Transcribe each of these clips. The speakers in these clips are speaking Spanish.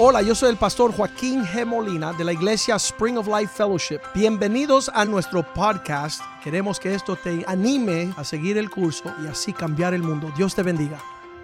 Hola, yo soy el pastor Joaquín G. Molina de la iglesia Spring of Life Fellowship. Bienvenidos a nuestro podcast. Queremos que esto te anime a seguir el curso y así cambiar el mundo. Dios te bendiga.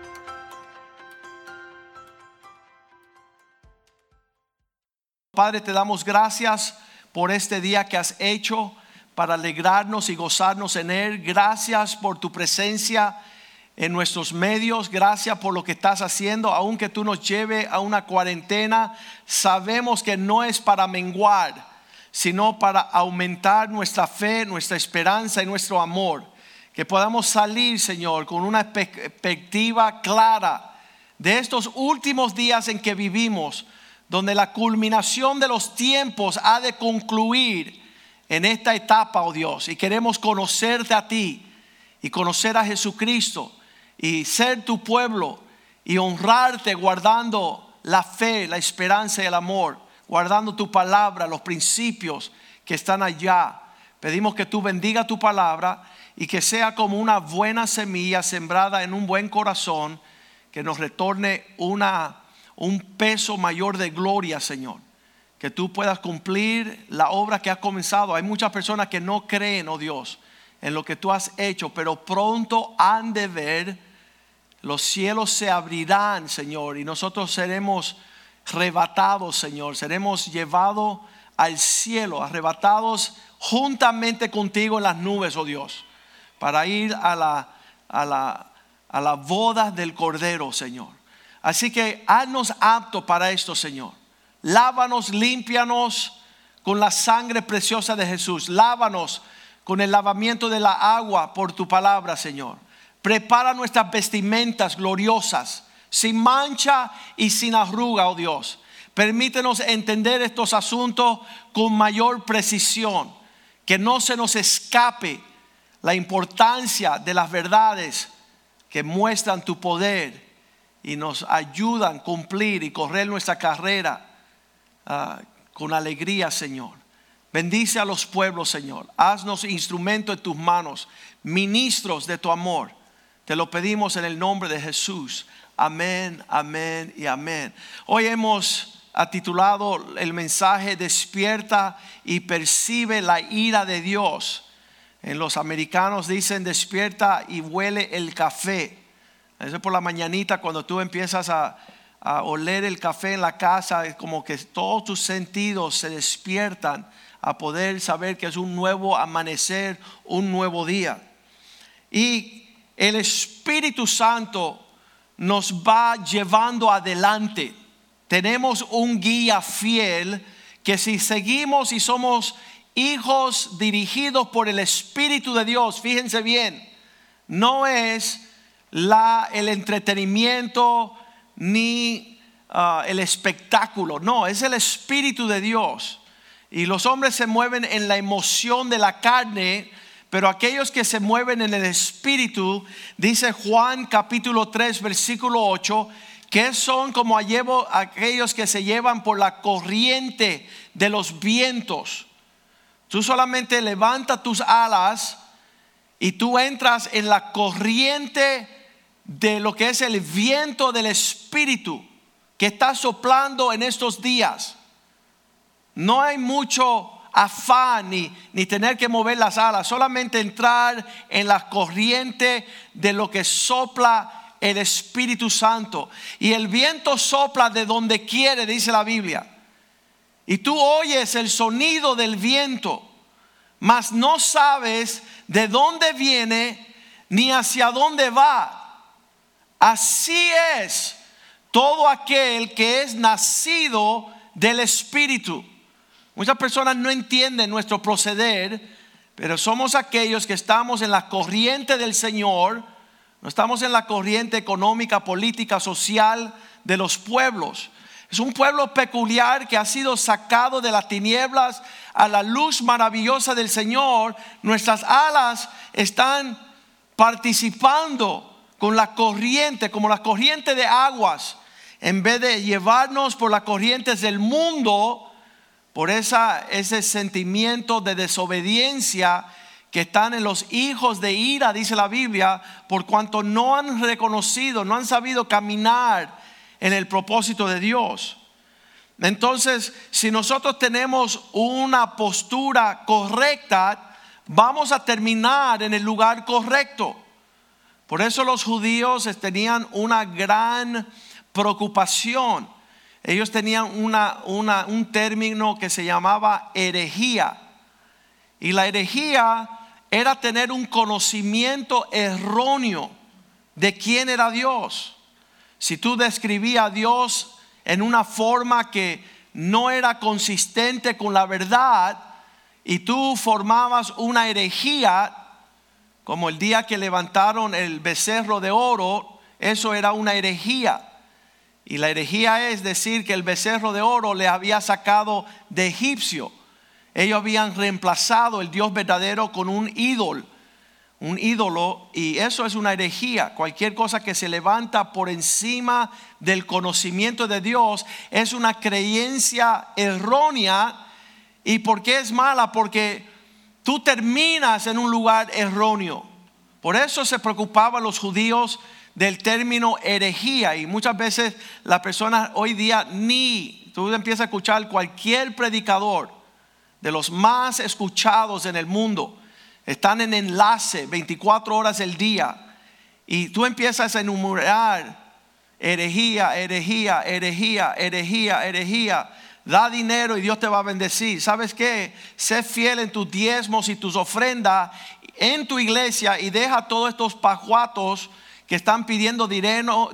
Padre, te damos gracias por este día que has hecho para alegrarnos y gozarnos en él. Gracias por tu presencia en nuestros medios. Gracias por lo que estás haciendo. Aunque tú nos lleves a una cuarentena, sabemos que no es para menguar, sino para aumentar nuestra fe, nuestra esperanza y nuestro amor. Que podamos salir, Señor, con una perspectiva clara de estos últimos días en que vivimos, donde la culminación de los tiempos ha de concluir en esta etapa, oh Dios. Y queremos conocerte a ti y conocer a Jesucristo y ser tu pueblo y honrarte guardando la fe, la esperanza y el amor, guardando tu palabra, los principios que están allá. Pedimos que tú bendiga tu palabra y que sea como una buena semilla sembrada en un buen corazón, que nos retorne un peso mayor de gloria, Señor. Que tú puedas cumplir la obra que has comenzado. Hay muchas personas que no creen, oh Dios, en lo que tú has hecho, pero pronto han de ver, los cielos se abrirán, Señor, y nosotros seremos arrebatados, Señor. Seremos llevados al cielo, arrebatados juntamente contigo en las nubes, oh Dios, para ir a la boda del Cordero, Señor. Así que haznos aptos para esto, Señor. Lávanos, límpianos con la sangre preciosa de Jesús. Lávanos con el lavamiento de la agua por tu palabra, Señor. Prepara nuestras vestimentas gloriosas, sin mancha y sin arruga, oh Dios. Permítenos entender estos asuntos con mayor precisión. Que no se nos escape la importancia de las verdades que muestran tu poder y nos ayudan a cumplir y correr nuestra carrera con alegría, Señor. Bendice a los pueblos, Señor. Haznos instrumentos en tus manos, ministros de tu amor. Te lo pedimos en el nombre de Jesús. Amén, amén y amén. Hoy hemos titulado el mensaje: Despierta y percibe la ira de Dios. En los americanos dicen: despierta y huele el café. Eso por la mañanita, cuando tú empiezas a oler el café en la casa, es como que todos tus sentidos se despiertan a poder saber que es un nuevo amanecer, un nuevo día. Y el Espíritu Santo nos va llevando adelante. Tenemos un guía fiel que, si seguimos y somos hijos dirigidos por el Espíritu de Dios, fíjense bien, no es el entretenimiento ni el espectáculo. No, es el Espíritu de Dios. Y los hombres se mueven en la emoción de la carne, pero aquellos que se mueven en el Espíritu, dice Juan capítulo 3 versículo 8, que son como aquellos que se llevan por la corriente de los vientos. Tú solamente levantas tus alas y tú entras en la corriente de lo que es el viento del Espíritu que está soplando en estos días. No hay mucho afán ni tener que mover las alas, solamente entrar en la corriente de lo que sopla el Espíritu Santo. Y el viento sopla de donde quiere, dice la Biblia. Y tú oyes el sonido del viento, mas no sabes de dónde viene ni hacia dónde va. Así es todo aquel que es nacido del Espíritu. Muchas personas no entienden nuestro proceder, pero somos aquellos que estamos en la corriente del Señor. No estamos en la corriente económica, política, social de los pueblos. Es un pueblo peculiar que ha sido sacado de las tinieblas a la luz maravillosa del Señor. Nuestras alas están participando con la corriente, como la corriente de aguas, en vez de llevarnos por las corrientes del mundo, por ese sentimiento de desobediencia que están en los hijos de ira, dice la Biblia, por cuanto no han reconocido, no han sabido caminar en el propósito de Dios. Entonces, si nosotros tenemos una postura correcta, vamos a terminar en el lugar correcto. Por eso los judíos tenían una gran preocupación. Ellos tenían un término que se llamaba herejía. Y la herejía era tener un conocimiento erróneo de quién era Dios. Si tú describías a Dios en una forma que no era consistente con la verdad y tú formabas una herejía, como el día que levantaron el becerro de oro, eso era una herejía. Y la herejía es decir que el becerro de oro le había sacado de egipcio. Ellos habían reemplazado el Dios verdadero con un ídolo, y eso es una herejía. Cualquier cosa que se levanta por encima del conocimiento de Dios es una creencia errónea. ¿Y por qué es mala? Porque tú terminas en un lugar erróneo. Por eso se preocupaban los judíos del término herejía. Y muchas veces las personas hoy día tú empiezas a escuchar cualquier predicador de los más escuchados en el mundo. Están en enlace 24 horas del día. Y tú empiezas a enumerar herejía, herejía, herejía, herejía, herejía. Da dinero y Dios te va a bendecir. ¿Sabes qué? Sé fiel en tus diezmos y tus ofrendas en tu iglesia y deja todos estos pajuatos que están pidiendo dinero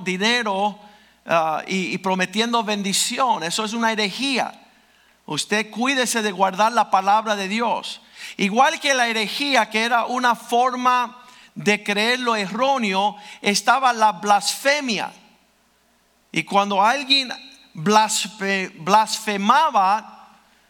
y prometiendo bendición. Eso es una herejía. Usted cuídese de guardar la palabra de Dios. Igual que la herejía, que era una forma de creer lo erróneo, estaba la blasfemia. Y cuando alguien blasfemaba,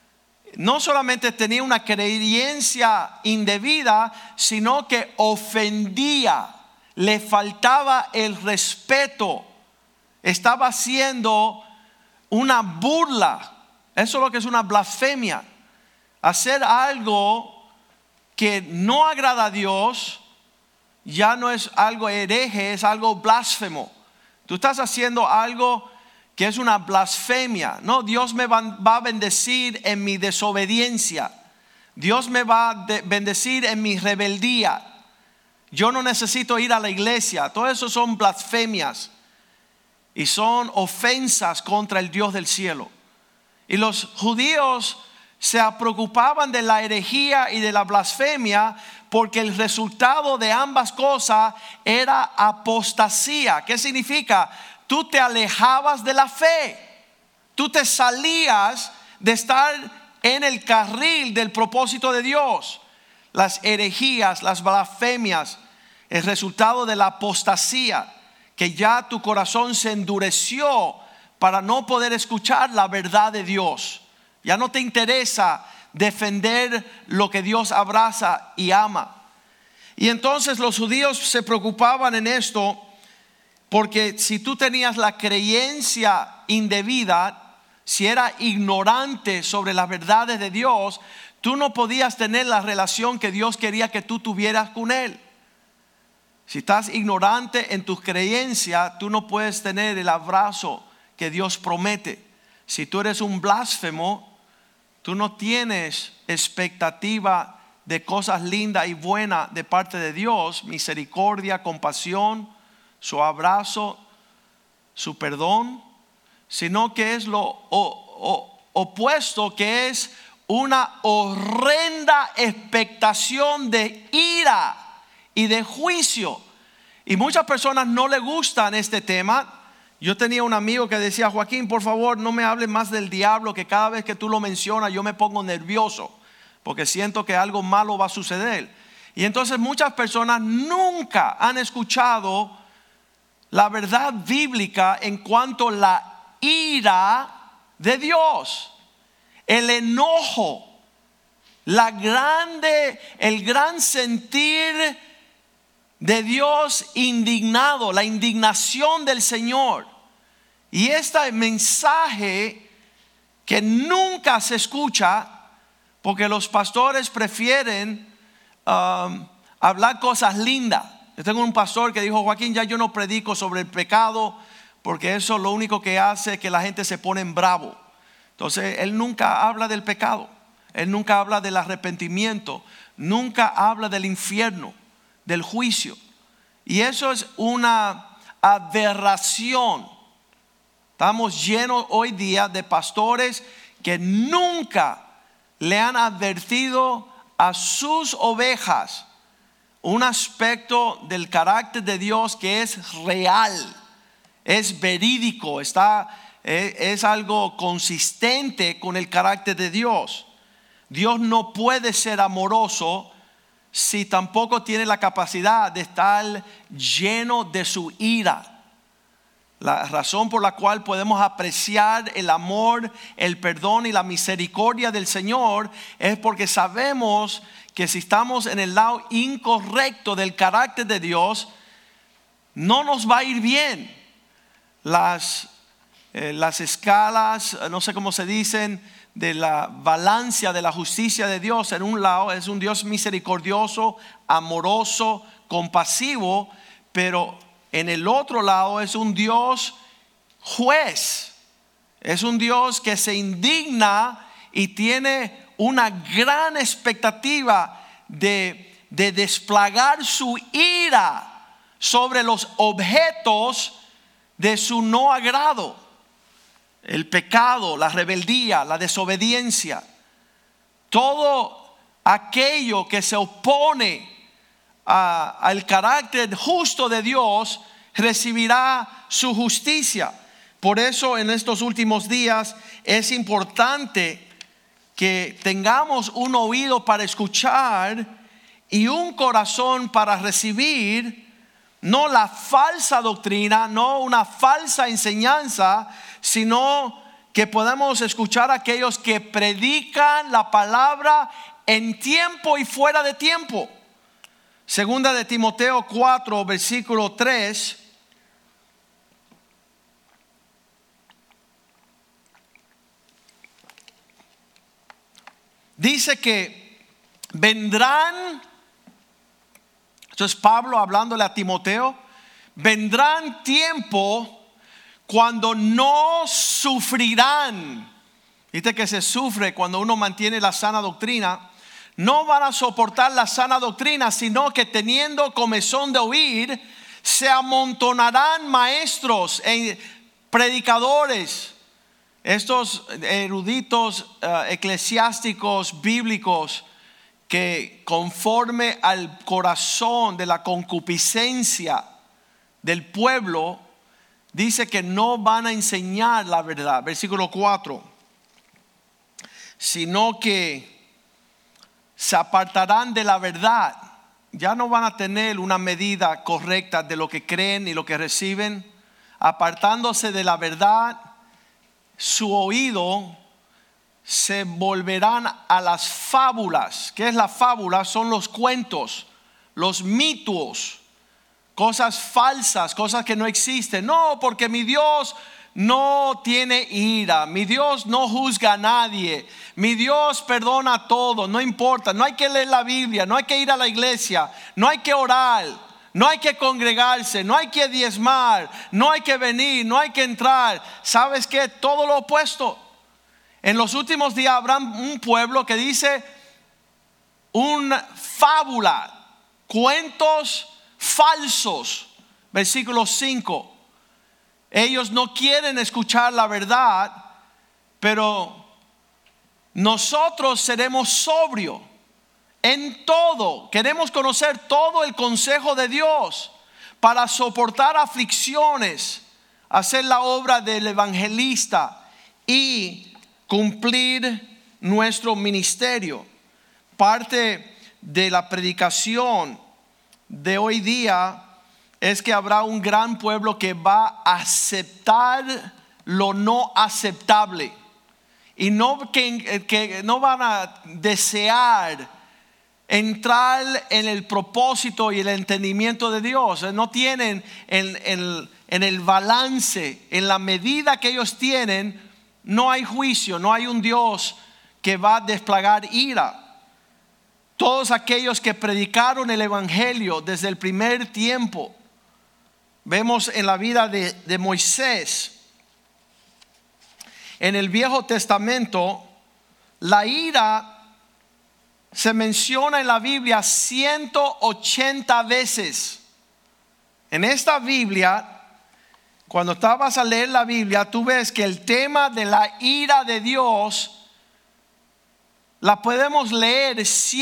no solamente tenía una creencia indebida, sino que ofendía, le faltaba el respeto, estaba haciendo una burla. Eso es lo que es una blasfemia. Hacer algo que no agrada a Dios ya no es algo hereje, es algo blasfemo. Tú estás haciendo algo que es una blasfemia. No, Dios me va a bendecir en mi desobediencia. Dios me va a bendecir en mi rebeldía. Yo no necesito ir a la iglesia. Todo eso son blasfemias y son ofensas contra el Dios del cielo. Y los judíos se preocupaban de la herejía y de la blasfemia porque el resultado de ambas cosas era apostasía. ¿Qué significa? Tú te alejabas de la fe. Tú te salías de estar en el carril del propósito de Dios. Las herejías, las blasfemias, el resultado de la apostasía, que ya tu corazón se endureció para no poder escuchar la verdad de Dios. Ya no te interesa defender lo que Dios abraza y ama. Y entonces los judíos se preocupaban en esto, porque si tú tenías la creencia indebida, si era ignorante sobre las verdades de Dios, tú no podías tener la relación que Dios quería que tú tuvieras con Él. Si estás ignorante en tus creencias, tú no puedes tener el abrazo que Dios promete. Si tú eres un blasfemo, tú no tienes expectativa de cosas lindas y buenas de parte de Dios, misericordia, compasión, su abrazo, su perdón, sino que es lo opuesto, que es una horrenda expectación de ira y de juicio. Y muchas personas no les gustan este tema. Yo tenía un amigo que decía: Joaquín, por favor, no me hables más del diablo, que cada vez que tú lo mencionas yo me pongo nervioso, porque siento que algo malo va a suceder. Y entonces muchas personas nunca han escuchado la verdad bíblica en cuanto a la ira de Dios, el enojo, el gran sentir de Dios indignado, la indignación del Señor. Y este mensaje que nunca se escucha, porque los pastores prefieren hablar cosas lindas. Yo tengo un pastor que dijo: Joaquín, ya yo no predico sobre el pecado, porque eso lo único que hace es que la gente se pone bravo. Entonces Él nunca habla del pecado, Él nunca habla del arrepentimiento, nunca habla del infierno, del juicio. Y eso es una aberración. Estamos llenos hoy día de pastores que nunca le han advertido a sus ovejas un aspecto del carácter de Dios que es real, es verídico, es algo consistente con el carácter de Dios. Dios no puede ser amoroso si tampoco tiene la capacidad de estar lleno de su ira. La razón por la cual podemos apreciar el amor, el perdón y la misericordia del Señor es porque sabemos que si estamos en el lado incorrecto del carácter de Dios, no nos va a ir bien. Las escalas, no sé cómo se dicen, de la balanza de la justicia de Dios, en un lado es un Dios misericordioso, amoroso, compasivo, pero en el otro lado es un Dios juez, es un Dios que se indigna y tiene una gran expectativa de desplegar su ira sobre los objetos de su no agrado. El pecado, la rebeldía, la desobediencia, todo aquello que se opone al carácter justo de Dios recibirá su justicia. Por eso en estos últimos días es importante que tengamos un oído para escuchar y un corazón para recibir, no la falsa doctrina, no una falsa enseñanza, sino que podamos escuchar a aquellos que predican la palabra en tiempo y fuera de tiempo. Segunda de Timoteo 4, versículo 3. Dice que vendrán, esto es Pablo hablándole a Timoteo, vendrán tiempo cuando no sufrirán. Viste que se sufre cuando uno mantiene la sana doctrina. No van a soportar la sana doctrina, sino que teniendo comezón de oír, se amontonarán maestros e predicadores. Estos eruditos eclesiásticos bíblicos que conforme al corazón de la concupiscencia del pueblo, dice que no van a enseñar la verdad. Versículo 4. Sino que se apartarán de la verdad. Ya no van a tener una medida correcta de lo que creen y lo que reciben. Apartándose de la verdad, su oído se volverán a las fábulas. ¿Qué es la fábula? Son los cuentos, los mitos, cosas falsas, cosas que no existen. No, porque mi Dios no tiene ira, mi Dios no juzga a nadie, mi Dios perdona todo, no importa, no hay que leer la Biblia, no hay que ir a la iglesia, no hay que orar, no hay que congregarse, no hay que diezmar, no hay que venir, no hay que entrar. ¿Sabes qué? Todo lo opuesto. En los últimos días habrá un pueblo que dice una fábula, cuentos falsos. Versículo 5. Ellos no quieren escuchar la verdad, pero nosotros seremos sobrios en todo. Queremos conocer todo el consejo de Dios para soportar aflicciones, hacer la obra del evangelista y cumplir nuestro ministerio. Parte de la predicación de hoy día es que habrá un gran pueblo que va a aceptar lo no aceptable y no que no van a desear entrar en el propósito y el entendimiento de Dios. No tienen en el balance, en la medida que ellos tienen, no hay juicio, no hay un Dios que va a desplegar ira. Todos aquellos que predicaron el evangelio desde el primer tiempo, vemos en la vida de Moisés, en el Viejo Testamento, la ira se menciona en la Biblia 180 veces. En esta Biblia, cuando estabas a leer la Biblia, tú ves que el tema de la ira de Dios la podemos leer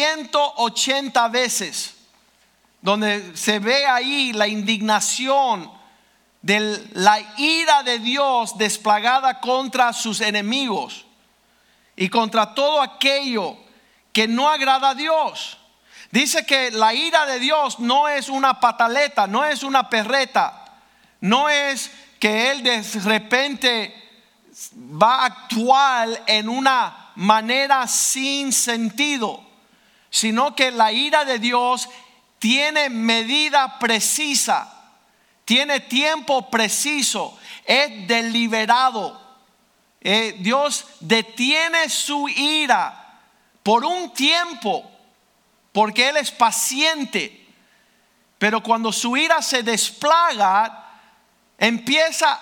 180 veces, donde se ve ahí la indignación de la ira de Dios desplegada contra sus enemigos y contra todo aquello que no agrada a Dios. Dice que la ira de Dios no es una pataleta, no es una perreta, no es que Él de repente va a actuar en una manera sin sentido, sino que la ira de Dios tiene medida precisa, tiene tiempo preciso, es deliberado. Dios detiene su ira por un tiempo, porque Él es paciente. Pero cuando su ira se desplaga, empieza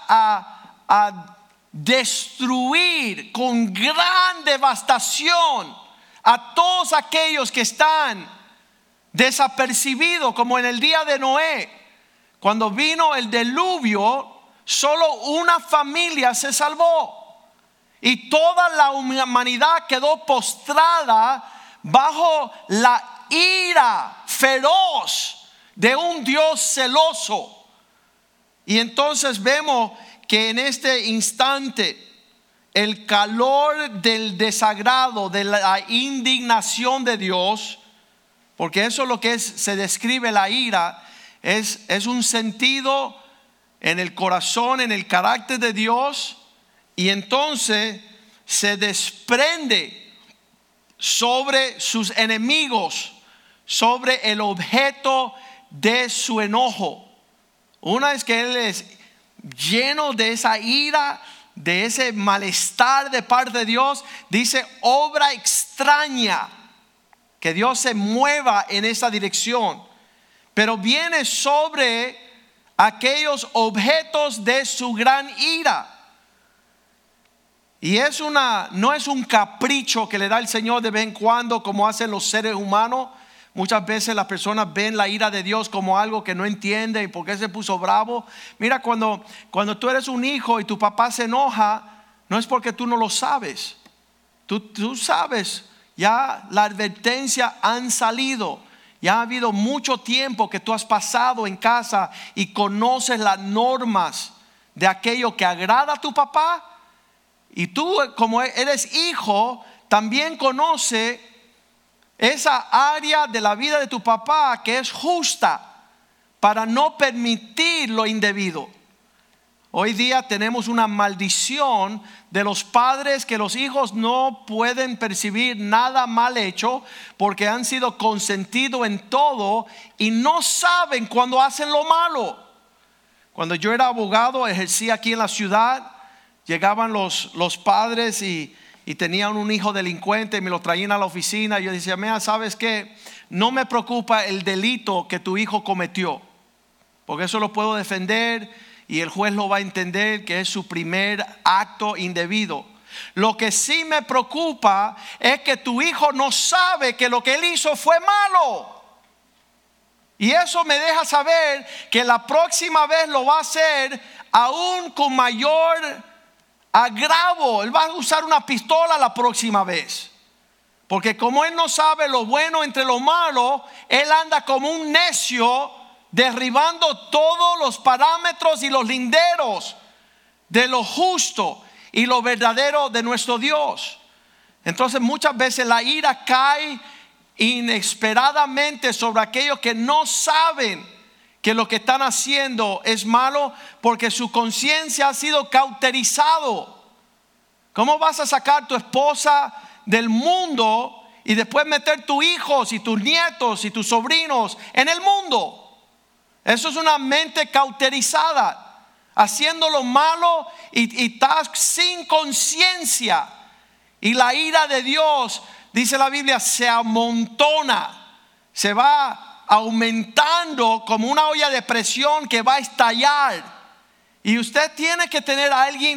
a destruir con gran devastación a todos aquellos que están desapercibidos, como en el día de Noé. Cuando vino el diluvio, solo una familia se salvó y toda la humanidad quedó postrada bajo la ira feroz de un Dios celoso. Y entonces vemos que en este instante el calor del desagrado, de la indignación de Dios, porque eso es lo que se describe la ira, es un sentido en el corazón, en el carácter de Dios, y entonces se desprende sobre sus enemigos, sobre el objeto de su enojo. Una vez que Él es lleno de esa ira, de ese malestar de parte de Dios, dice: obra extraña que Dios se mueva en esa dirección, pero viene sobre aquellos objetos de su gran ira. Y no es un capricho que le da el Señor de vez en cuando, como hacen los seres humanos. Muchas veces las personas ven la ira de Dios como algo que no entienden. ¿Por qué se puso bravo? Mira, cuando tú eres un hijo y tu papá se enoja, no es porque tú no lo sabes. Tú sabes, ya la advertencia han salido. Ya ha habido mucho tiempo que tú has pasado en casa y conoces las normas de aquello que agrada a tu papá. Y tú, como eres hijo, también conoces esa área de la vida de tu papá que es justa, para no permitir lo indebido. Hoy día tenemos una maldición de los padres, que los hijos no pueden percibir nada mal hecho porque han sido consentidos en todo y no saben cuando hacen lo malo. Cuando yo era abogado, ejercía aquí en la ciudad, llegaban los padres y tenían un hijo delincuente y me lo traían a la oficina. Y yo decía: mira, ¿sabes qué? No me preocupa el delito que tu hijo cometió, porque eso lo puedo defender y el juez lo va a entender que es su primer acto indebido. Lo que sí me preocupa es que tu hijo no sabe que lo que él hizo fue malo. Y eso me deja saber que la próxima vez lo va a hacer aún con mayor agravo. Él va a usar una pistola la próxima vez, porque como él no sabe lo bueno entre lo malo, él anda como un necio, derribando todos los parámetros y los linderos de lo justo y lo verdadero de nuestro Dios. Entonces muchas veces la ira cae inesperadamente sobre aquellos que no saben que lo que están haciendo es malo, porque su conciencia ha sido cauterizado. ¿Cómo vas a sacar tu esposa del mundo y después meter tus hijos y tus nietos y tus sobrinos en el mundo? Eso es una mente cauterizada, haciendo lo malo y estás sin conciencia. Y la ira de Dios, dice la Biblia, se amontona, se va aumentando como una olla de presión que va a estallar. Y usted tiene que tener a alguien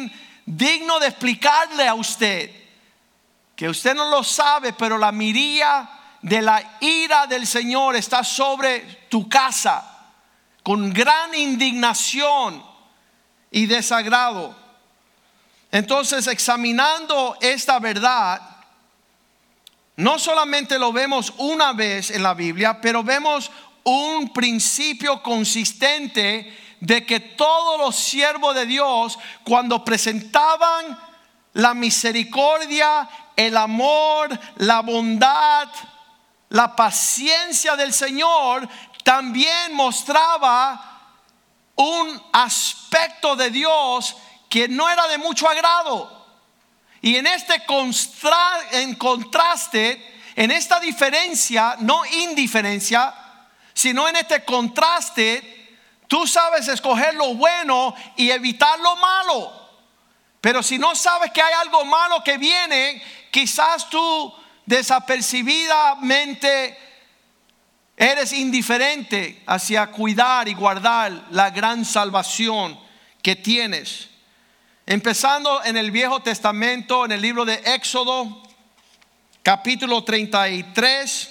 digno de explicarle a usted, que usted no lo sabe, pero la mirilla de la ira del Señor está sobre tu casa, con gran indignación y desagrado. Entonces, examinando esta verdad, no solamente lo vemos una vez en la Biblia, pero vemos un principio consistente de que todos los siervos de Dios, cuando presentaban la misericordia, el amor, la bondad, la paciencia del Señor, también mostraba un aspecto de Dios que no era de mucho agrado. Y en este contraste, en esta diferencia, no indiferencia, sino en este contraste, tú sabes escoger lo bueno y evitar lo malo. Pero si no sabes que hay algo malo que viene, quizás tú desapercibidamente eres indiferente hacia cuidar y guardar la gran salvación que tienes. Empezando en el Viejo Testamento, en el libro de Éxodo, capítulo 33,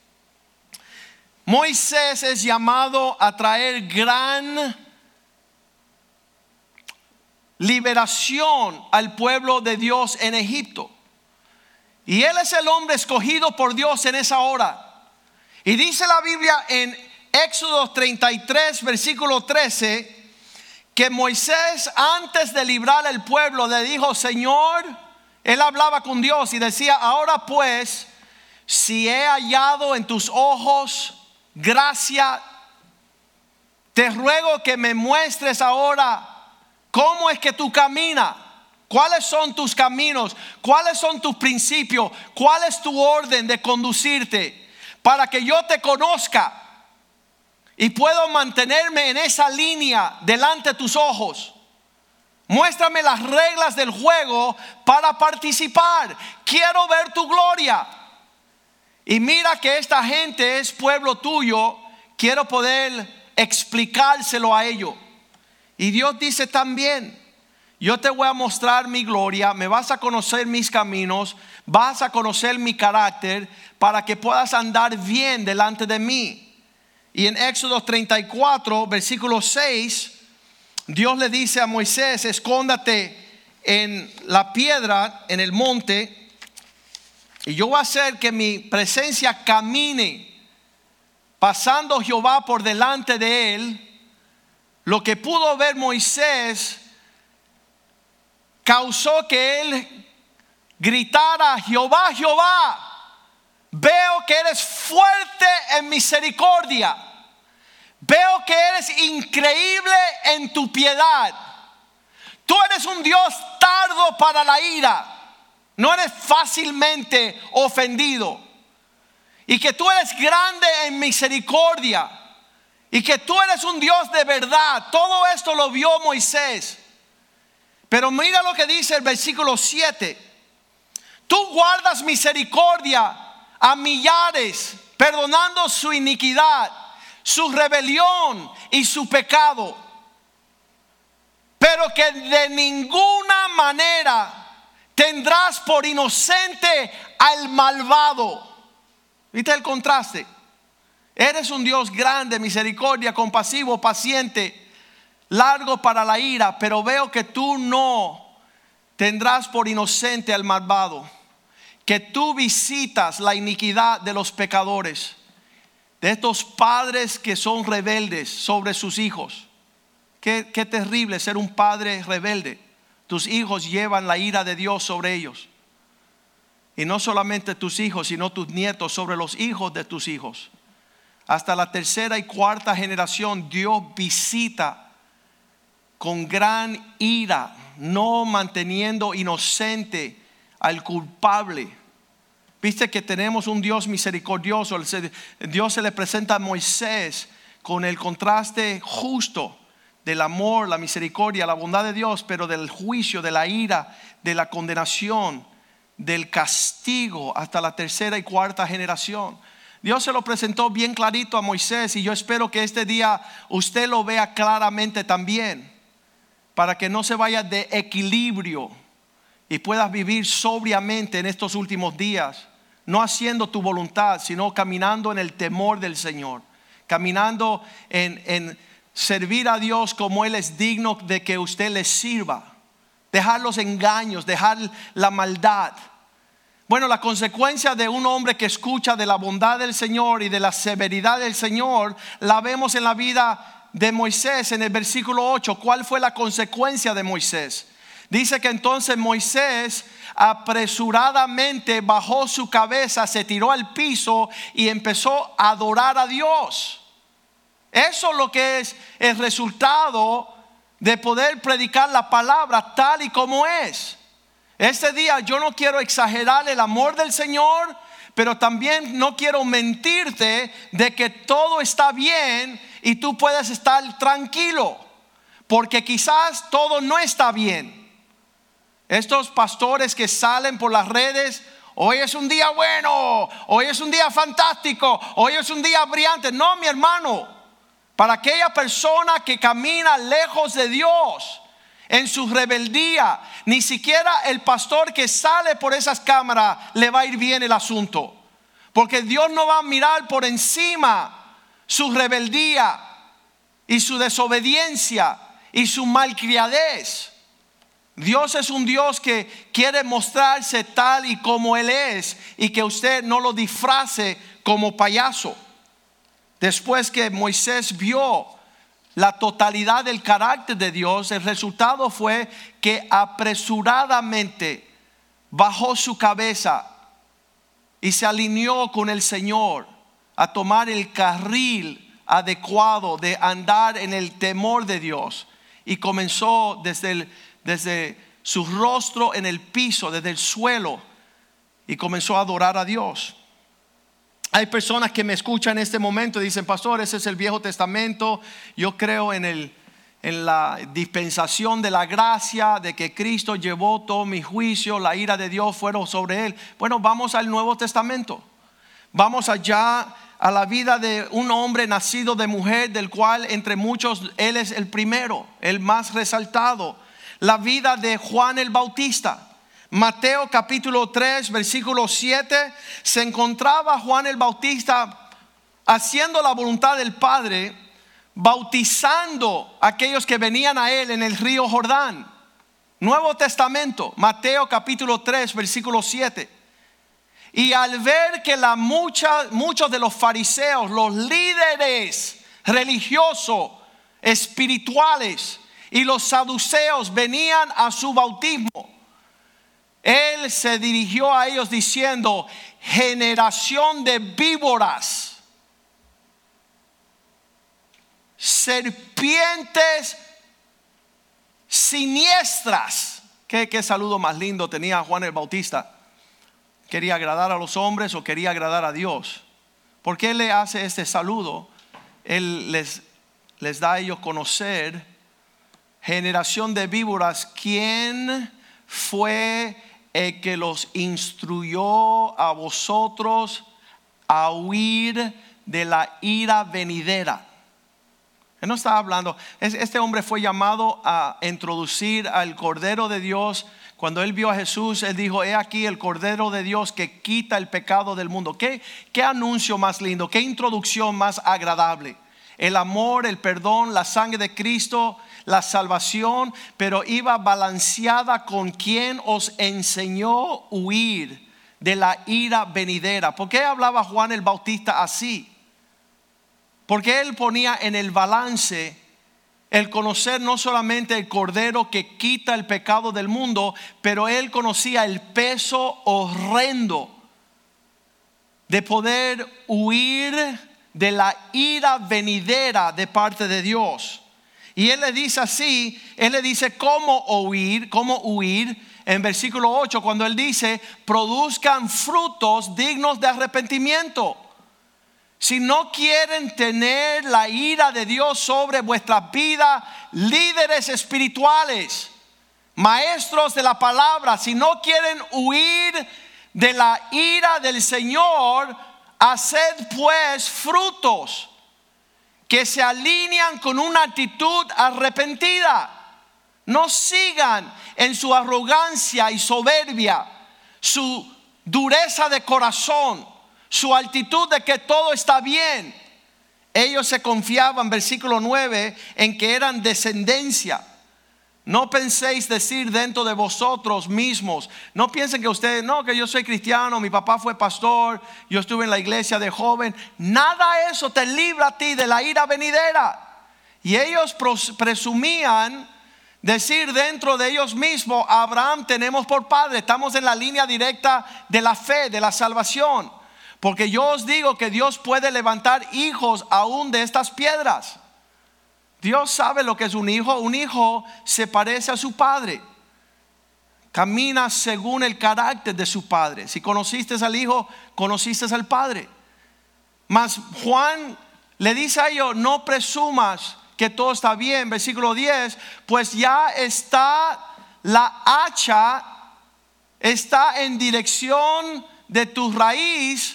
Moisés es llamado a traer gran liberación al pueblo de Dios en Egipto. Y él es el hombre escogido por Dios en esa hora. Y dice la Biblia en Éxodo 33, versículo 13, que Moisés, antes de librar al pueblo, le dijo: Señor, él hablaba con Dios y decía: ahora pues, si he hallado en tus ojos gracia, te ruego que me muestres ahora cómo es que tú caminas, cuáles son tus caminos, cuáles son tus principios, cuál es tu orden de conducirte, para que yo te conozca y puedo mantenerme en esa línea delante de tus ojos. Muéstrame las reglas del juego para participar. Quiero ver tu gloria. Y mira que esta gente es pueblo tuyo. Quiero poder explicárselo a ellos. Y Dios dice también: yo te voy a mostrar mi gloria, me vas a conocer mis caminos, vas a conocer mi carácter, para que puedas andar bien delante de mí. Y en Éxodo 34, versículo 6, Dios le dice a Moisés: escóndate en la piedra, en el monte, y yo voy a hacer que mi presencia camine, pasando Jehová por delante de él. Lo que pudo ver Moisés causó que él gritara: Jehová, Jehová, veo que eres fuerte en misericordia, veo que eres increíble en tu piedad. Tú eres un Dios tardo para la ira, no eres fácilmente ofendido, y que tú eres grande en misericordia, y que tú eres un Dios de verdad. Todo esto lo vio Moisés. Pero mira lo que dice el versículo 7: tú guardas misericordia a millares, perdonando su iniquidad, su rebelión y su pecado, pero que de ninguna manera tendrás por inocente al malvado. ¿Viste el contraste? Eres un Dios grande, misericordia, compasivo, paciente, largo para la ira, pero veo que tú no tendrás por inocente al malvado, que tú visitas la iniquidad de los pecadores, de estos padres que son rebeldes sobre sus hijos. Qué terrible ser un padre rebelde. Tus hijos llevan la ira de Dios sobre ellos. Y no solamente tus hijos, sino tus nietos, sobre los hijos de tus hijos. Hasta la tercera y cuarta generación Dios visita con gran ira, no manteniendo inocente al culpable. Viste que tenemos un Dios misericordioso. Dios se le presenta a Moisés con el contraste justo del amor, la misericordia, la bondad de Dios, pero del juicio, de la ira, de la condenación, del castigo hasta la tercera y cuarta generación. Dios se lo presentó bien clarito a Moisés, y yo espero que este día usted lo vea claramente también. para que no se vaya de equilibrio y puedas vivir sobriamente en estos últimos días, no haciendo tu voluntad, sino caminando en el temor del Señor, caminando en servir a Dios como Él es digno de que usted le sirva, dejar los engaños, dejar la maldad. Bueno, la consecuencia de un hombre que escucha de la bondad del Señor y de la severidad del Señor, la vemos en la vida de Moisés en el versículo 8. ¿Cuál fue la consecuencia de Moisés? Dice que entonces Moisés apresuradamente bajó su cabeza, se tiró al piso y empezó a adorar a Dios. Eso es lo que es el resultado de poder predicar la palabra tal y como es. Este día yo no quiero exagerar el amor del Señor, pero también no quiero mentirte de que todo está bien y tú puedes estar tranquilo, porque quizás todo no está bien. Estos pastores que salen por las redes, hoy es un día bueno, hoy es un día fantástico, hoy es un día brillante. No, mi hermano, para aquella persona que camina lejos de Dios en su rebeldía, ni siquiera el pastor que sale por esas cámaras le va a ir bien el asunto, porque Dios no va a mirar por encima su rebeldía y su desobediencia y su malcriadez. Dios es un Dios que quiere mostrarse tal y como Él es, y que usted no lo disfrace como payaso. Después que Moisés vio la totalidad del carácter de Dios, el resultado fue que apresuradamente bajó su cabeza y se alineó con el Señor a tomar el carril adecuado de andar en el temor de Dios, y comenzó desde su rostro en el piso, desde el suelo, y comenzó a adorar a Dios. Hay personas que me escuchan en este momento y dicen: pastor, ese es el Viejo Testamento, yo creo en la dispensación de la gracia, de que Cristo llevó todo mi juicio, la ira de Dios fueron sobre Él. Bueno, vamos al Nuevo Testamento, vamos allá a la vida de un hombre nacido de mujer, del cual entre muchos Él es el primero, el más resaltado. La vida de Juan el Bautista. Mateo capítulo 3 versículo 7. Se encontraba Juan el Bautista haciendo la voluntad del Padre, bautizando a aquellos que venían a él en el río Jordán. Nuevo Testamento, Mateo capítulo 3 versículo 7. Y al ver que muchos de los fariseos, los líderes religiosos, espirituales, y los saduceos venían a su bautismo, Él se dirigió a ellos diciendo: generación de víboras, serpientes siniestras. ¿Qué saludo más lindo tenía Juan el Bautista? ¿Quería agradar a los hombres o quería agradar a Dios? ¿Por qué le hace este saludo? Él les da a ellos conocer: generación de víboras, ¿quién fue el que los instruyó a vosotros a huir de la ira venidera? Él no estaba hablando. Este hombre fue llamado a introducir al Cordero de Dios. Cuando él vio a Jesús, él dijo: he aquí el Cordero de Dios que quita el pecado del mundo. ¿Qué anuncio más lindo? ¿Qué introducción más agradable? El amor, el perdón, la sangre de Cristo, la salvación, pero iba balanceada con quien os enseñó a huir de la ira venidera. ¿Por qué hablaba Juan el Bautista así? Porque él ponía en el balance el conocer no solamente el Cordero que quita el pecado del mundo, pero él conocía el peso horrendo de poder huir de la ira venidera de parte de Dios. Y él le dice así, él le dice cómo huir en versículo 8, cuando él dice: produzcan frutos dignos de arrepentimiento. Si no quieren tener la ira de Dios sobre vuestras vidas, líderes espirituales, maestros de la palabra, si no quieren huir de la ira del Señor, haced pues frutos que se alinean con una actitud arrepentida. No sigan en su arrogancia y soberbia, su dureza de corazón, su actitud de que todo está bien. Ellos se confiaban, versículo 9, en que eran descendencia. No penséis decir dentro de vosotros mismos, no piensen que ustedes, no, que yo soy cristiano, mi papá fue pastor, yo estuve en la iglesia de joven. Nada de eso te libra a ti de la ira venidera. Y ellos presumían decir dentro de ellos mismos, Abraham tenemos por padre. Estamos en la línea directa de la fe, de la salvación. Porque yo os digo que Dios puede levantar hijos aún de estas piedras. Dios sabe lo que es un hijo. Un hijo se parece a su padre. Camina según el carácter de su padre. Si conociste al hijo, conociste al padre. Mas Juan le dice a ellos, no presumas que todo está bien. Versículo 10, pues ya está la hacha, está en dirección de tu raíz,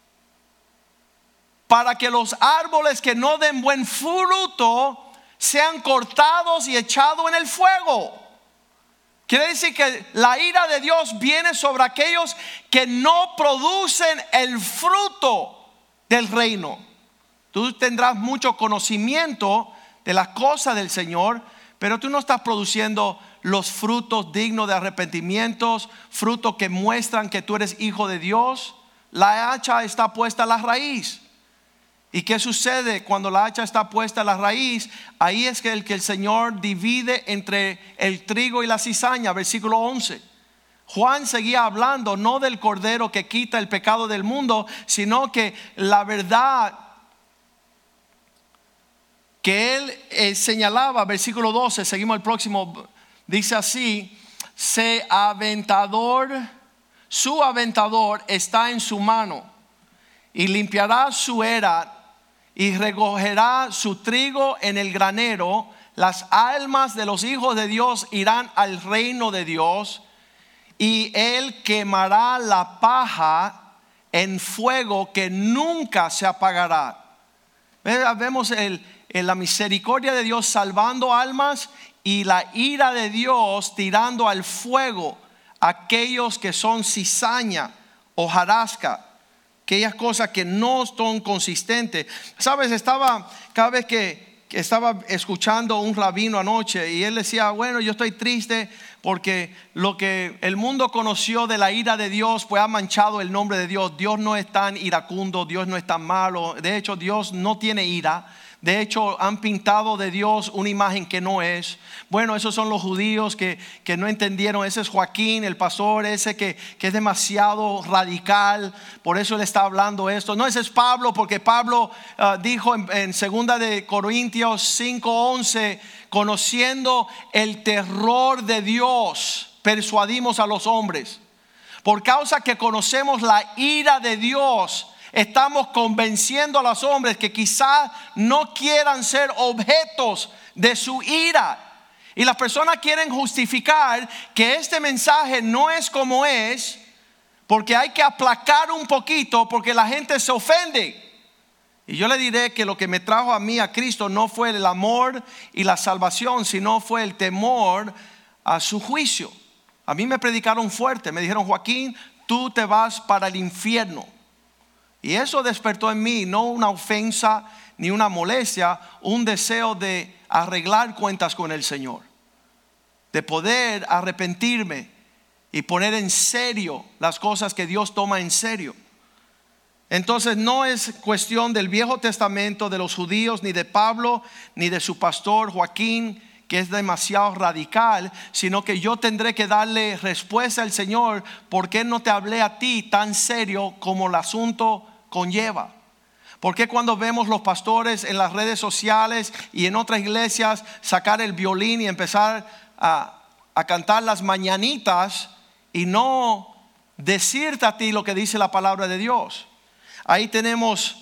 para que los árboles que no den buen fruto sean cortados y echados en el fuego. Quiere decir que la ira de Dios viene sobre aquellos que no producen el fruto del reino. Tú tendrás mucho conocimiento de las cosas del Señor, pero tú no estás produciendo los frutos dignos de arrepentimientos, frutos que muestran que tú eres hijo de Dios. La hacha está puesta a la raíz. ¿Y qué sucede cuando la hacha está puesta a la raíz? Ahí es que el Señor divide entre el trigo y la cizaña. Versículo 11. Juan seguía hablando no del cordero que quita el pecado del mundo, sino que la verdad que él señalaba. Versículo 12, seguimos el próximo. Dice así: su aventador está en su mano, y limpiará su era y recogerá su trigo en el granero. Las almas de los hijos de Dios irán al reino de Dios, y él quemará la paja en fuego que nunca se apagará. Vemos la misericordia de Dios salvando almas, y la ira de Dios tirando al fuego aquellos que son cizaña, hojarasca, aquellas cosas que no son consistentes. Sabes, cada vez que estaba escuchando un rabino anoche, y él decía, bueno, yo estoy triste porque lo que el mundo conoció de la ira de Dios pues ha manchado el nombre de Dios. Dios no es tan iracundo, Dios no es tan malo. De hecho, Dios no tiene ira. De hecho, han pintado de Dios una imagen que no es. Bueno, esos son los judíos que no entendieron. Ese es Joaquín, el pastor ese que es demasiado radical. Por eso él está hablando esto. No, ese es Pablo, porque Pablo dijo en 2 de Corintios 5:11, conociendo el terror de Dios, persuadimos a los hombres. Por causa que conocemos la ira de Dios, estamos convenciendo a los hombres que quizás no quieran ser objetos de su ira. Y las personas quieren justificar que este mensaje no es como es, porque hay que aplacar un poquito, porque la gente se ofende. Y yo le diré que lo que me trajo a mí a Cristo no fue el amor y la salvación, sino fue el temor a su juicio. A mí me predicaron fuerte, me dijeron, Joaquín, tú te vas para el infierno. Y eso despertó en mí no una ofensa ni una molestia, un deseo de arreglar cuentas con el Señor, de poder arrepentirme y poner en serio las cosas que Dios toma en serio. Entonces no es cuestión del Viejo Testamento, de los judíos, ni de Pablo, ni de su pastor Joaquín, que es demasiado radical, sino que yo tendré que darle respuesta al Señor. ¿Por qué no te hablé a ti tan serio como el asunto conlleva? ¿Por qué cuando vemos los pastores en las redes sociales y en otras iglesias sacar el violín y empezar a cantar las mañanitas y no decirte a ti lo que dice la palabra de Dios? Ahí tenemos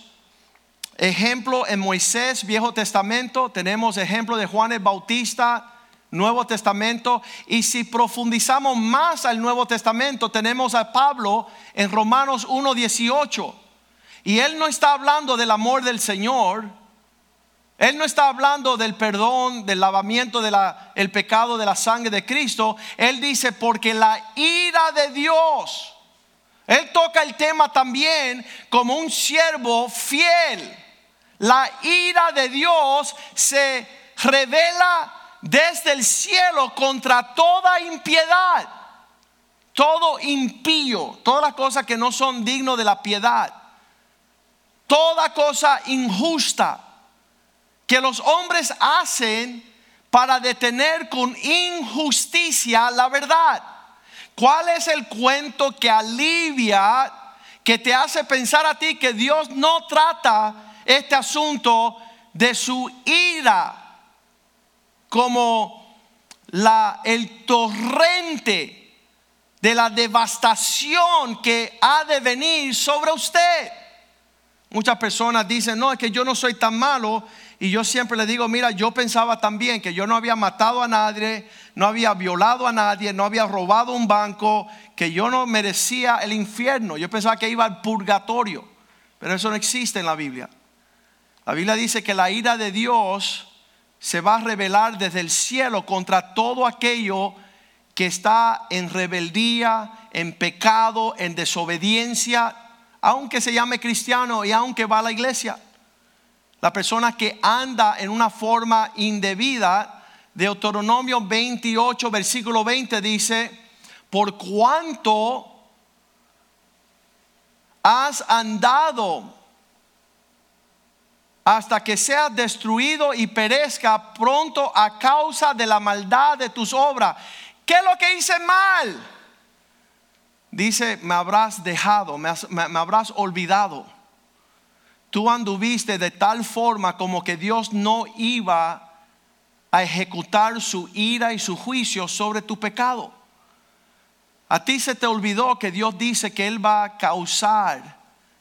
ejemplo en Moisés, Viejo Testamento. Tenemos ejemplo de Juan el Bautista, Nuevo Testamento. Y si profundizamos más al Nuevo Testamento, tenemos a Pablo en Romanos 1:18. Y él no está hablando del amor del Señor, Él no está hablando del perdón, del lavamiento el pecado de la sangre de Cristo. Él dice porque la ira de Dios. Él toca el tema también como un siervo fiel. La ira de Dios se revela desde el cielo contra toda impiedad, todo impío, todas las cosas que no son dignos de la piedad, toda cosa injusta que los hombres hacen para detener con injusticia la verdad. ¿Cuál es el cuento que alivia, que te hace pensar a ti que Dios no trata este asunto de su ira como el torrente de la devastación que ha de venir sobre usted? Muchas personas dicen, no, es que yo no soy tan malo. Y yo siempre le digo, mira, yo pensaba también que yo no había matado a nadie, no había violado a nadie, no había robado un banco, que yo no merecía el infierno. Yo pensaba que iba al purgatorio, pero eso no existe en la Biblia. La Biblia dice que la ira de Dios se va a revelar desde el cielo contra todo aquello que está en rebeldía, en pecado, en desobediencia, aunque se llame cristiano y aunque va a la iglesia. La persona que anda en una forma indebida, Deuteronomio 28 versículo 20 dice, por cuanto has andado hasta que seas destruido y perezca pronto a causa de la maldad de tus obras. ¿Qué es lo que hice mal? Dice, me habrás dejado, me habrás olvidado. Tú anduviste de tal forma como que Dios no iba a ejecutar su ira y su juicio sobre tu pecado. A ti se te olvidó que Dios dice que Él va a causar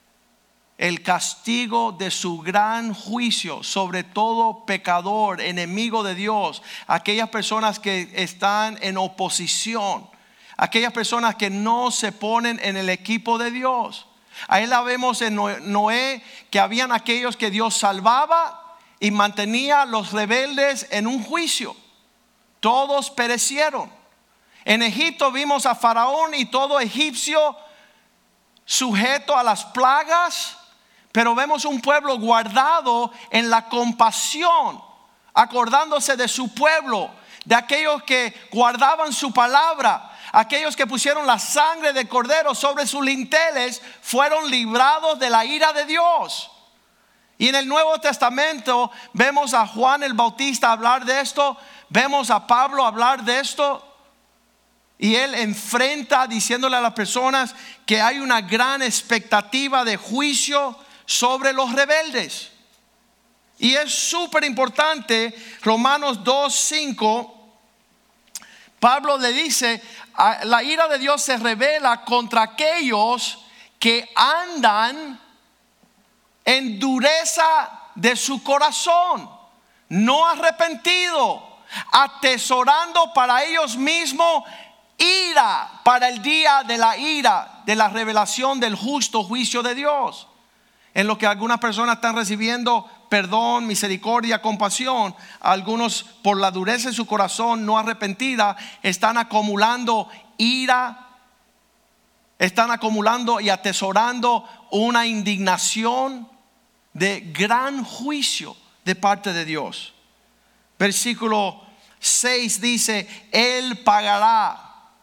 el castigo de su gran juicio sobre todo pecador, enemigo de Dios, aquellas personas que están en oposición, aquellas personas que no se ponen en el equipo de Dios. Ahí la vemos en Noé, que habían aquellos que Dios salvaba y mantenía a los rebeldes en un juicio. Todos perecieron. En Egipto vimos a Faraón y todo egipcio sujeto a las plagas, pero vemos un pueblo guardado en la compasión, acordándose de su pueblo, de aquellos que guardaban su palabra. Aquellos que pusieron la sangre de cordero sobre sus linteles fueron librados de la ira de Dios. Y en el Nuevo Testamento vemos a Juan el Bautista hablar de esto, vemos a Pablo hablar de esto. Y él enfrenta diciéndole a las personas que hay una gran expectativa de juicio sobre los rebeldes. Y es súper importante, Romanos 2:5, Pablo le dice, la ira de Dios se revela contra aquellos que andan en dureza de su corazón, no arrepentido, atesorando para ellos mismos ira para el día de la ira, de la revelación del justo juicio de Dios. En lo que algunas personas están recibiendo perdón, misericordia, compasión, algunos por la dureza de su corazón no arrepentida están acumulando ira, están acumulando y atesorando una indignación de gran juicio de parte de Dios. Versículo 6 dice, Él pagará.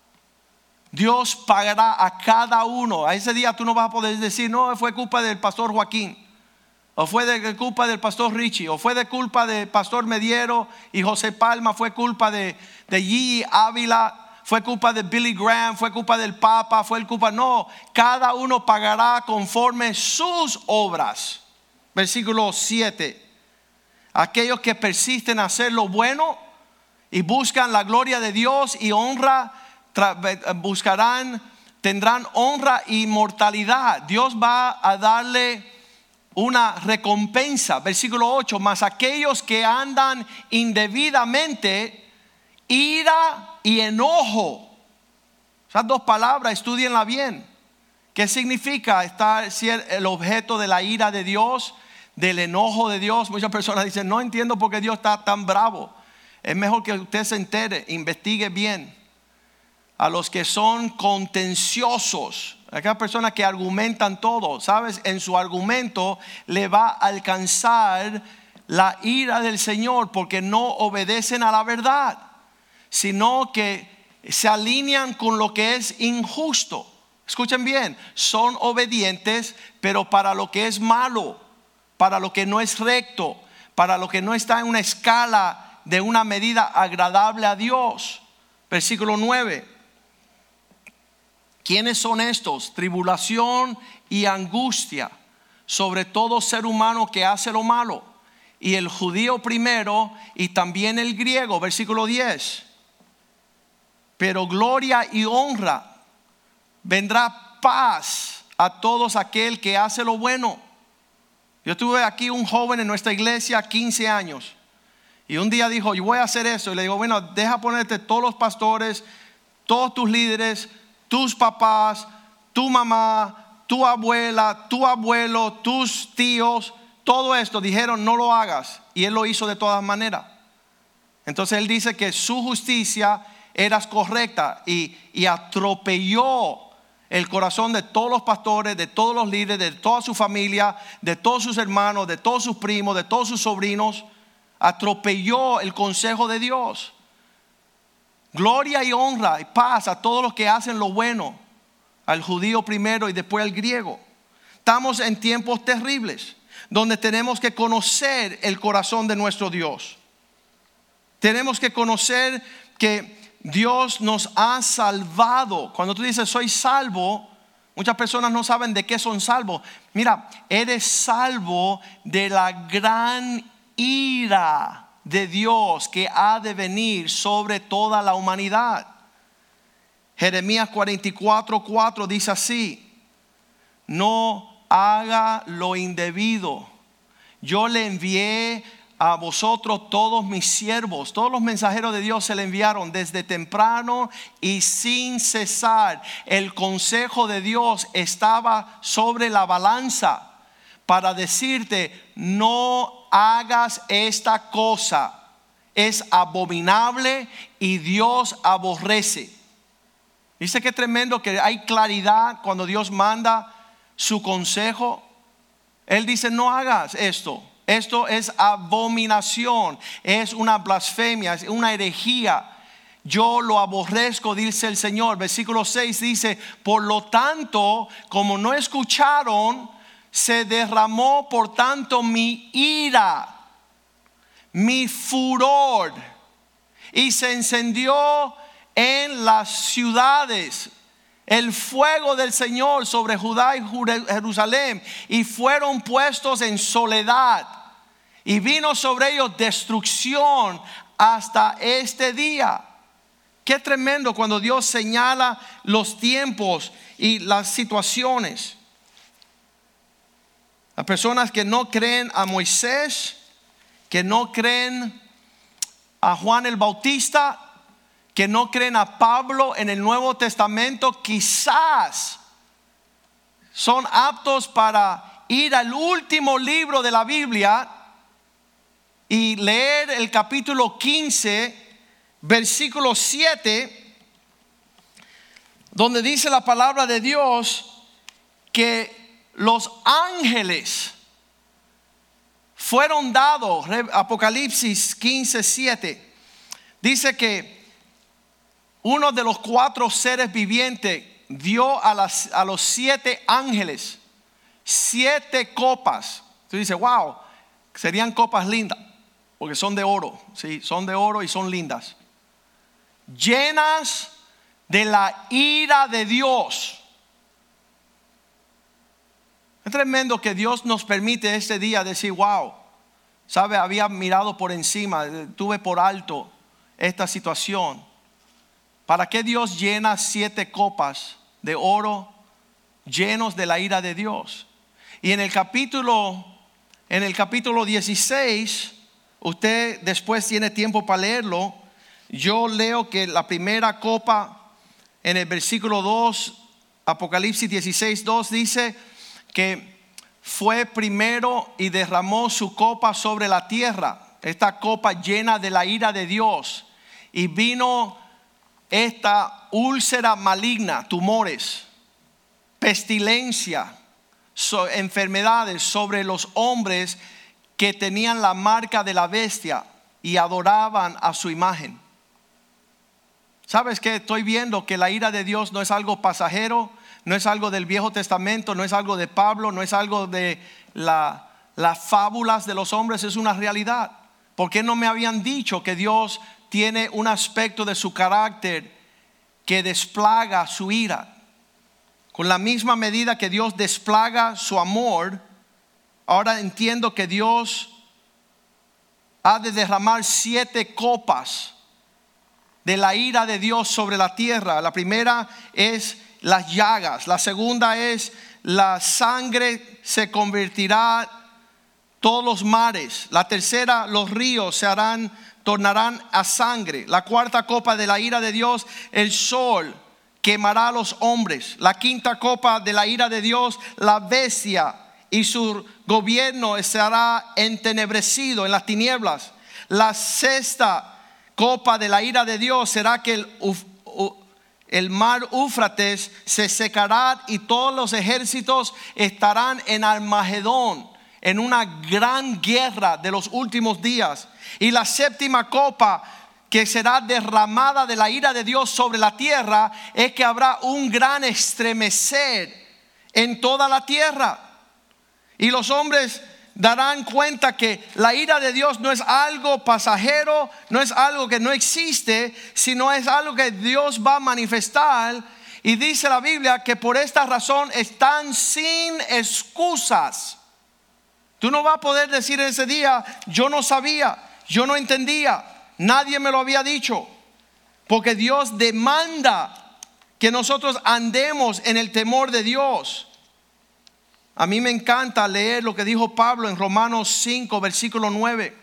Dios pagará a cada uno. A ese día tú no vas a poder decir, no, fue culpa del pastor Joaquín, o fue de culpa del pastor Richie, o fue de culpa del pastor Mediero y José Palma, fue culpa de Gigi Ávila, fue culpa de Billy Graham, fue culpa del Papa, fue culpa. No, cada uno pagará conforme sus obras. Versículo 7. Aquellos que persisten en hacer lo bueno y buscan la gloria de Dios y honra, tendrán honra e inmortalidad. Dios va a darle una recompensa. Versículo 8, mas aquellos que andan indebidamente, ira y enojo. Esas dos palabras, estudienla bien. ¿Qué significa estar el objeto de la ira de Dios? del enojo de Dios. Muchas personas dicen, no entiendo por qué Dios está tan bravo. Es mejor que usted se entere, investigue bien. A los que son contenciosos, aquellas personas que argumentan todo, ¿sabes? En su argumento le va a alcanzar la ira del Señor, porque no obedecen a la verdad, sino que se alinean con lo que es injusto. Escuchen bien, son obedientes, pero para lo que es malo, para lo que no es recto, para lo que no está en una escala de una medida agradable a Dios. Versículo 9. ¿Quiénes son estos? Tribulación y angustia sobre todo ser humano que hace lo malo, y el judío primero y también el griego. Versículo 10. Pero gloria y honra, vendrá paz a todos aquel que hace lo bueno. Yo tuve aquí un joven en nuestra iglesia, 15 años, y un día dijo, yo voy a hacer eso. Y le digo, bueno, deja ponerte todos los pastores, todos tus líderes, tus papás, tu mamá, tu abuela, tu abuelo, tus tíos, todo esto dijeron no lo hagas, y él lo hizo de todas maneras. Entonces él dice que su justicia era correcta, y atropelló el corazón de todos los pastores, de todos los líderes, de toda su familia, de todos sus hermanos, de todos sus primos, de todos sus sobrinos. Atropelló el consejo de Dios. Gloria y honra y paz a todos los que hacen lo bueno, al judío primero y después al griego. Estamos en tiempos terribles, donde tenemos que conocer el corazón de nuestro Dios. Tenemos que conocer que Dios nos ha salvado. Cuando tú dices soy salvo, muchas personas no saben de qué son salvos. Mira, eres salvo de la gran ira de Dios que ha de venir sobre toda la humanidad. Jeremías 44:4 dice así: no haga lo indebido. Yo le envié a vosotros todos mis siervos. Todos los mensajeros de Dios se le enviaron desde temprano y sin cesar. El consejo de Dios estaba sobre la balanza para decirte, no hagas esta cosa, es abominable y Dios aborrece. ¿Viste qué tremendo que hay claridad cuando Dios manda su consejo? Él dice, no hagas esto. Esto es abominación, es una blasfemia, es una herejía. Yo lo aborrezco, dice el Señor. Versículo 6 dice, por lo tanto, como no escucharon, se derramó por tanto mi ira, mi furor, y se encendió en las ciudades el fuego del Señor sobre Judá y Jerusalén, y fueron puestos en soledad, y vino sobre ellos destrucción hasta este día. Qué tremendo cuando Dios señala los tiempos y las situaciones. Las personas que no creen a Moisés, que no creen a Juan el Bautista, que no creen a Pablo en el Nuevo Testamento, quizás son aptos para ir al último libro de la Biblia y leer el capítulo 15, versículo 7, donde dice la palabra de Dios que los ángeles fueron dados. Apocalipsis 15:7 dice que uno de los 4 seres vivientes dio a los 7 ángeles 7 copas. Tú dices, wow, serían copas lindas, porque son de oro, ¿sí? Son de oro y son lindas, llenas de la ira de Dios. Es tremendo que Dios nos permite este día decir, wow, sabe, había mirado por encima, tuve por alto esta situación. ¿Para qué Dios llena 7 copas de oro llenos de la ira de Dios? Y en el capítulo 16, usted después tiene tiempo para leerlo. Yo leo que la primera copa en el versículo 2, Apocalipsis 16:2 dice que fue primero y derramó su copa sobre la tierra, esta copa llena de la ira de Dios, y vino esta úlcera maligna, tumores, pestilencia, enfermedades sobre los hombres que tenían la marca de la bestia y adoraban a su imagen. ¿Sabes qué? Estoy viendo que la ira de Dios no es algo pasajero, no es algo del Viejo Testamento, no es algo de Pablo, no es algo de las fábulas de los hombres, es una realidad. ¿Por qué no me habían dicho que Dios tiene un aspecto de su carácter que desplaga su ira? Con la misma medida que Dios desplaga su amor, ahora entiendo que Dios ha de derramar 7 copas de la ira de Dios sobre la tierra. La primera es las llagas, la segunda es la sangre se convertirá todos los mares, la tercera los ríos tornarán a sangre, la cuarta copa de la ira de Dios, el sol quemará a los hombres, la quinta copa de la ira de Dios, la bestia y su gobierno estará entenebrecido en las tinieblas. La sexta copa de la ira de Dios será que el mar Éufrates se secará y todos los ejércitos estarán en Armagedón, en una gran guerra de los últimos días. Y la séptima copa que será derramada de la ira de Dios sobre la tierra es que habrá un gran estremecer en toda la tierra. Y los hombres darán cuenta que la ira de Dios no es algo pasajero, no es algo que no existe, sino es algo que Dios va a manifestar. Y dice la Biblia que por esta razón están sin excusas. Tú no vas a poder decir en ese día: yo no sabía, yo no entendía, nadie me lo había dicho. Porque Dios demanda que nosotros andemos en el temor de Dios. A mí me encanta leer lo que dijo Pablo en Romanos 5, versículo 9.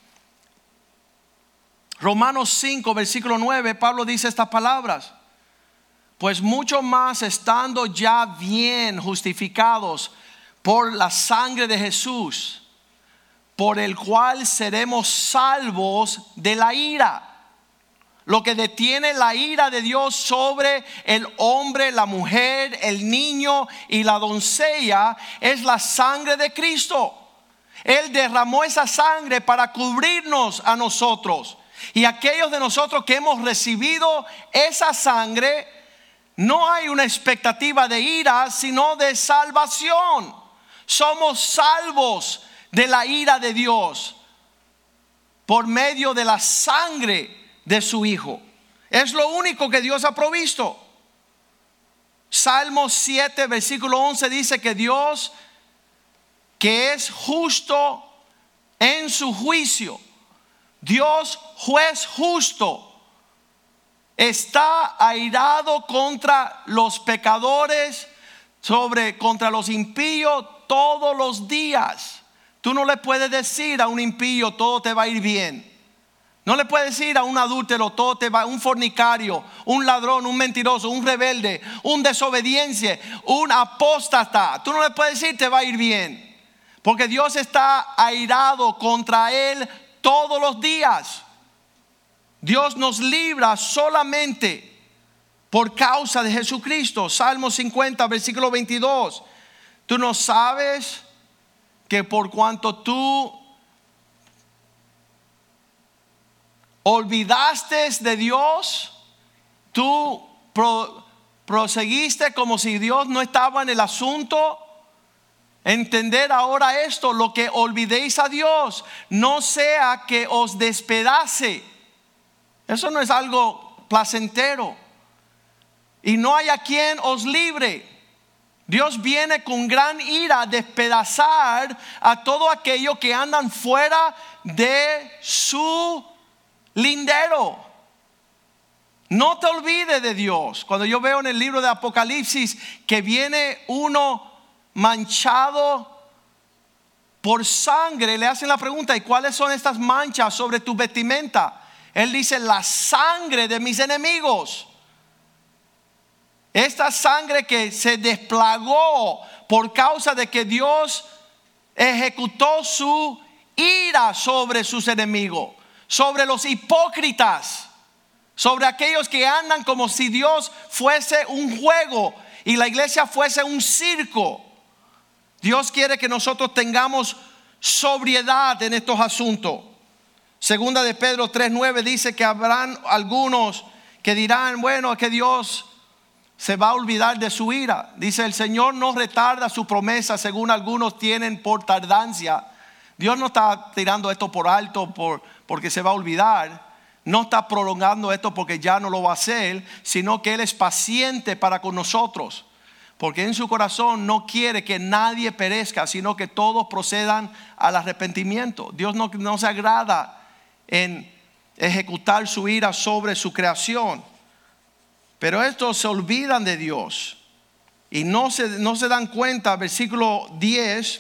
Romanos 5, versículo 9, Pablo dice estas palabras: pues mucho más estando ya bien justificados por la sangre de Jesús, por el cual seremos salvos de la ira. Lo que detiene la ira de Dios sobre el hombre, la mujer, el niño y la doncella es la sangre de Cristo. Él derramó esa sangre para cubrirnos a nosotros. Y aquellos de nosotros que hemos recibido esa sangre, no hay una expectativa de ira, sino de salvación. Somos salvos de la ira de Dios por medio de la sangre de su Hijo. Es lo único que Dios ha provisto. Salmo 7, versículo 11 dice que Dios, que es justo en su juicio, Dios juez justo, está airado contra los pecadores, contra los impíos todos los días. Tú no le puedes decir a un impío: todo te va a ir bien. No le puedes decir a un adúltero: todo te va, un fornicario, un ladrón, un mentiroso, un rebelde, un desobediente, un apóstata. Tú no le puedes decir: te va a ir bien. Porque Dios está airado contra él todos los días. Dios nos libra solamente por causa de Jesucristo. Salmo 50, versículo 22. Tú no sabes que por cuanto tú olvidaste de Dios, tú proseguiste como si Dios no estaba en el asunto. Entender ahora esto: lo que olvidéis a Dios, no sea que os despedace. Eso no es algo placentero. Y no hay a quien os libre. Dios viene con gran ira a despedazar a todo aquello que andan fuera de su lindero. No te olvides de Dios. Cuando yo veo en el libro de Apocalipsis que viene uno manchado por sangre, le hacen la pregunta: ¿y cuáles son estas manchas sobre tu vestimenta? Él dice: la sangre de mis enemigos. Esta sangre que se desplagó por causa de que Dios ejecutó su ira sobre sus enemigos, sobre los hipócritas, sobre aquellos que andan como si Dios fuese un juego y la iglesia fuese un circo. Dios quiere que nosotros tengamos sobriedad en estos asuntos. Segunda de Pedro 3:9 dice que habrán algunos que dirán, bueno, es que Dios se va a olvidar de su ira. Dice, el Señor no retarda su promesa, según algunos tienen por tardancia. Dios no está tirando esto por alto porque se va a olvidar. No está prolongando esto porque ya no lo va a hacer, sino que Él es paciente para con nosotros, porque en su corazón no quiere que nadie perezca, sino que todos procedan al arrepentimiento. Dios no se agrada en ejecutar su ira sobre su creación. Pero estos se olvidan de Dios y no se dan cuenta. Versículo 10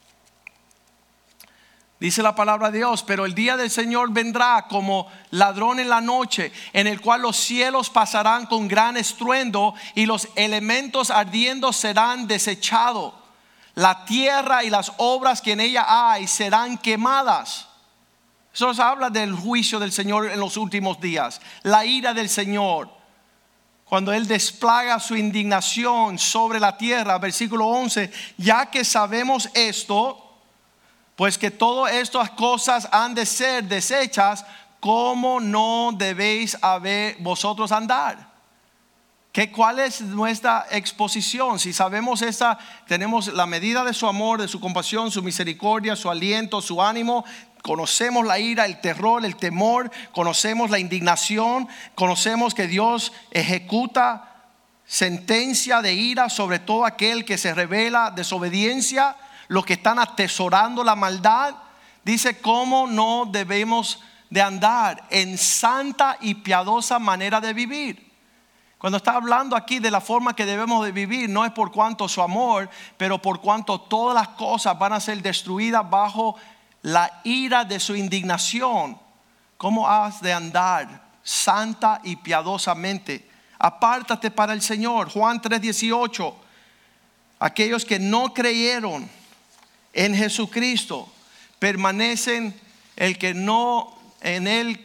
dice la palabra de Dios: pero el día del Señor vendrá como ladrón en la noche, en el cual los cielos pasarán con gran estruendo y los elementos ardiendo serán desechados. La tierra y las obras que en ella hay serán quemadas. Eso nos habla del juicio del Señor en los últimos días, la ira del Señor, cuando Él desplaga su indignación sobre la tierra. Versículo 11: ya que sabemos esto, pues que todas estas cosas han de ser deshechas, ¿cómo no debéis haber vosotros andar? ¿Cuál es nuestra exposición? Si sabemos esta, tenemos la medida de su amor, de su compasión, su misericordia, su aliento, su ánimo. Conocemos la ira, el terror, el temor. Conocemos la indignación. Conocemos que Dios ejecuta sentencia de ira sobre todo aquel que se revela desobediencia, los que están atesorando la maldad. Dice cómo no debemos de andar en santa y piadosa manera de vivir. Cuando está hablando aquí de la forma que debemos de vivir, no es por cuanto su amor, pero por cuanto todas las cosas van a ser destruidas bajo la ira de su indignación. ¿Cómo has de andar santa y piadosamente? Apártate para el Señor. Juan 3:18: aquellos que no creyeron en Jesucristo permanecen, el que en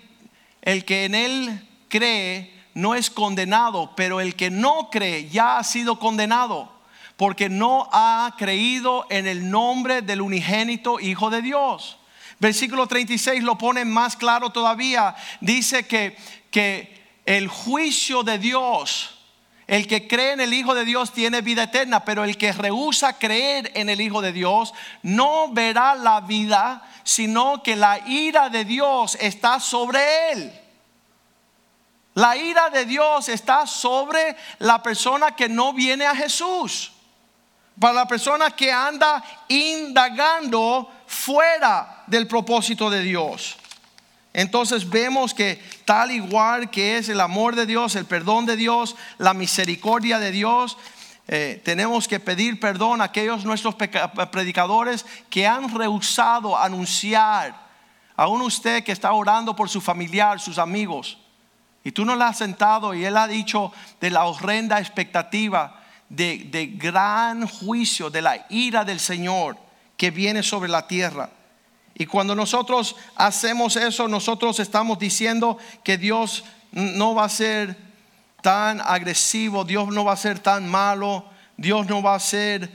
él cree no es condenado, pero el que no cree ya ha sido condenado, porque no ha creído en el nombre del unigénito Hijo de Dios. Versículo 36 lo pone más claro todavía. Dice que el juicio de Dios, el que cree en el Hijo de Dios tiene vida eterna, pero el que rehúsa creer en el Hijo de Dios no verá la vida, sino que la ira de Dios está sobre él. La ira de Dios está sobre la persona que no viene a Jesús, para la persona que anda indagando fuera del propósito de Dios. Entonces vemos que tal igual que es el amor de Dios, el perdón de Dios, la misericordia de Dios, tenemos que pedir perdón a aquellos nuestros predicadores que han rehusado anunciar. Aún usted que está orando por su familiar, sus amigos, y tú no le has sentado y él ha dicho de la horrenda expectativa de gran juicio, de la ira del Señor que viene sobre la tierra. Y cuando nosotros hacemos eso, nosotros estamos diciendo que Dios no va a ser tan agresivo, Dios no va a ser tan malo, Dios no va a ser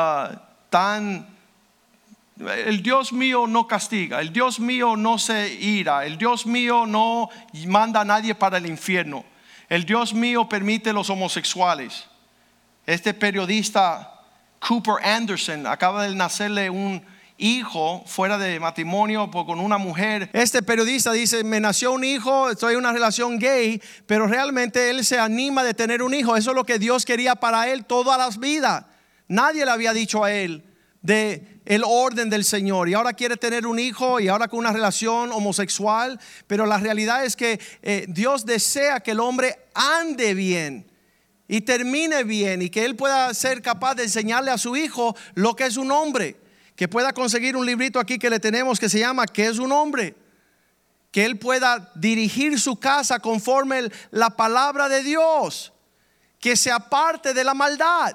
el Dios mío no castiga, el Dios mío no se ira, el Dios mío no manda a nadie para el infierno, el Dios mío permite los homosexuales. Este periodista Cooper Anderson acaba de nacerle un hijo fuera de matrimonio con una mujer. Este periodista dice: me nació un hijo, estoy en una relación gay, pero realmente él se anima de tener un hijo. Eso es lo que Dios quería para él todas las vidas. Nadie le había dicho a él de el orden del Señor, y ahora quiere tener un hijo y ahora con una relación homosexual. Pero la realidad es que Dios desea que el hombre ande bien y termine bien, y que él pueda ser capaz de enseñarle a su hijo lo que es un hombre, que pueda conseguir un librito aquí que le tenemos que se llama ¿Qué es un hombre? Que él pueda dirigir su casa conforme la palabra de Dios, que se aparte de la maldad,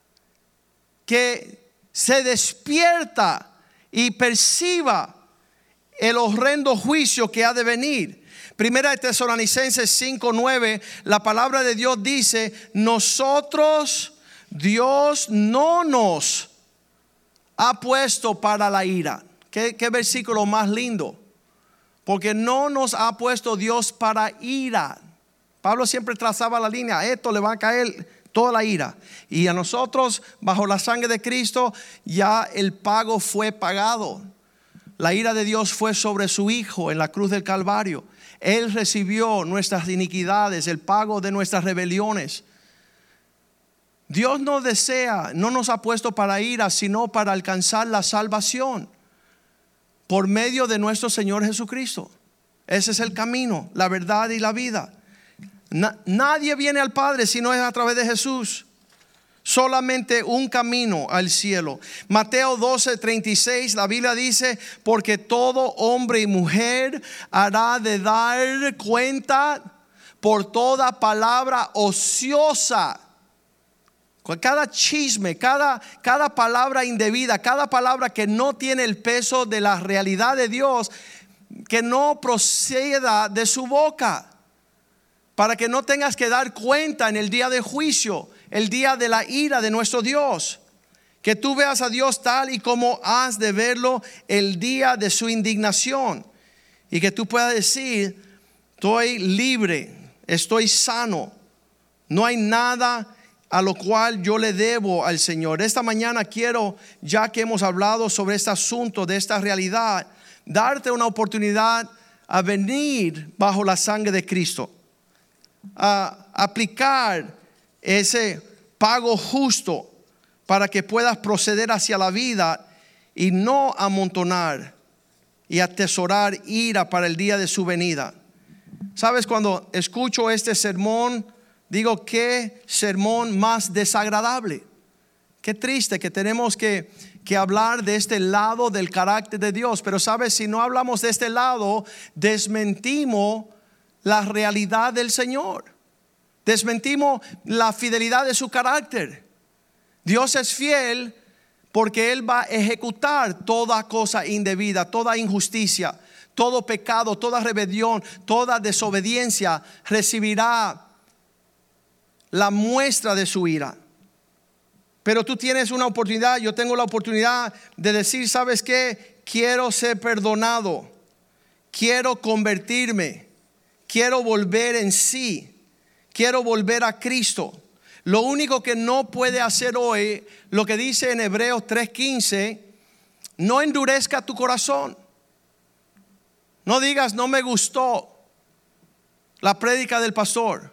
que se despierta y perciba el horrendo juicio que ha de venir. Primera de Tesalonicenses 5:9, la palabra de Dios dice: nosotros, Dios no nos ha puesto para la ira. ¿Qué versículo más lindo? Porque no nos ha puesto Dios para ira. Pablo siempre trazaba la línea: a esto le va a caer toda la ira. Y a nosotros, bajo la sangre de Cristo, ya el pago fue pagado. La ira de Dios fue sobre su Hijo en la cruz del Calvario. Él recibió nuestras iniquidades, el pago de nuestras rebeliones. Dios no desea, no nos ha puesto para ira, sino para alcanzar la salvación por medio de nuestro Señor Jesucristo. Ese es el camino, la verdad y la vida. Nadie viene al Padre si no es a través de Jesús. Solamente un camino al cielo. Mateo 12:36, la Biblia dice: porque todo hombre y mujer hará de dar cuenta por toda palabra ociosa. Cada chisme, cada palabra indebida, cada palabra que no tiene el peso de la realidad de Dios, que no proceda de su boca, para que no tengas que dar cuenta en el día de juicio, el día de la ira de nuestro Dios. Que tú veas a Dios tal y como has de verlo el día de su indignación, y que tú puedas decir: estoy libre, estoy sano, no hay nada a lo cual yo le debo al Señor. Esta mañana quiero, ya que hemos hablado sobre este asunto, de esta realidad, darte una oportunidad a venir bajo la sangre de Cristo, a aplicar ese pago justo para que puedas proceder hacia la vida y no amontonar y atesorar ira para el día de su venida. Sabes, cuando escucho este sermón, digo: qué sermón más desagradable. Qué triste que tenemos que hablar de este lado del carácter de Dios. Pero sabes, si no hablamos de este lado, desmentimos la realidad del Señor, desmentimos la fidelidad de su carácter. Dios es fiel porque Él va a ejecutar toda cosa indebida, toda injusticia, todo pecado, toda rebelión, toda desobediencia recibirá la muestra de su ira. Pero tú tienes una oportunidad, yo tengo la oportunidad de decir: ¿sabes qué? Quiero ser perdonado, quiero convertirme, quiero volver en sí, quiero volver a Cristo. Lo único que no puede hacer hoy, lo que dice en Hebreos 3:15: no endurezca tu corazón. No digas: no me gustó la prédica del pastor,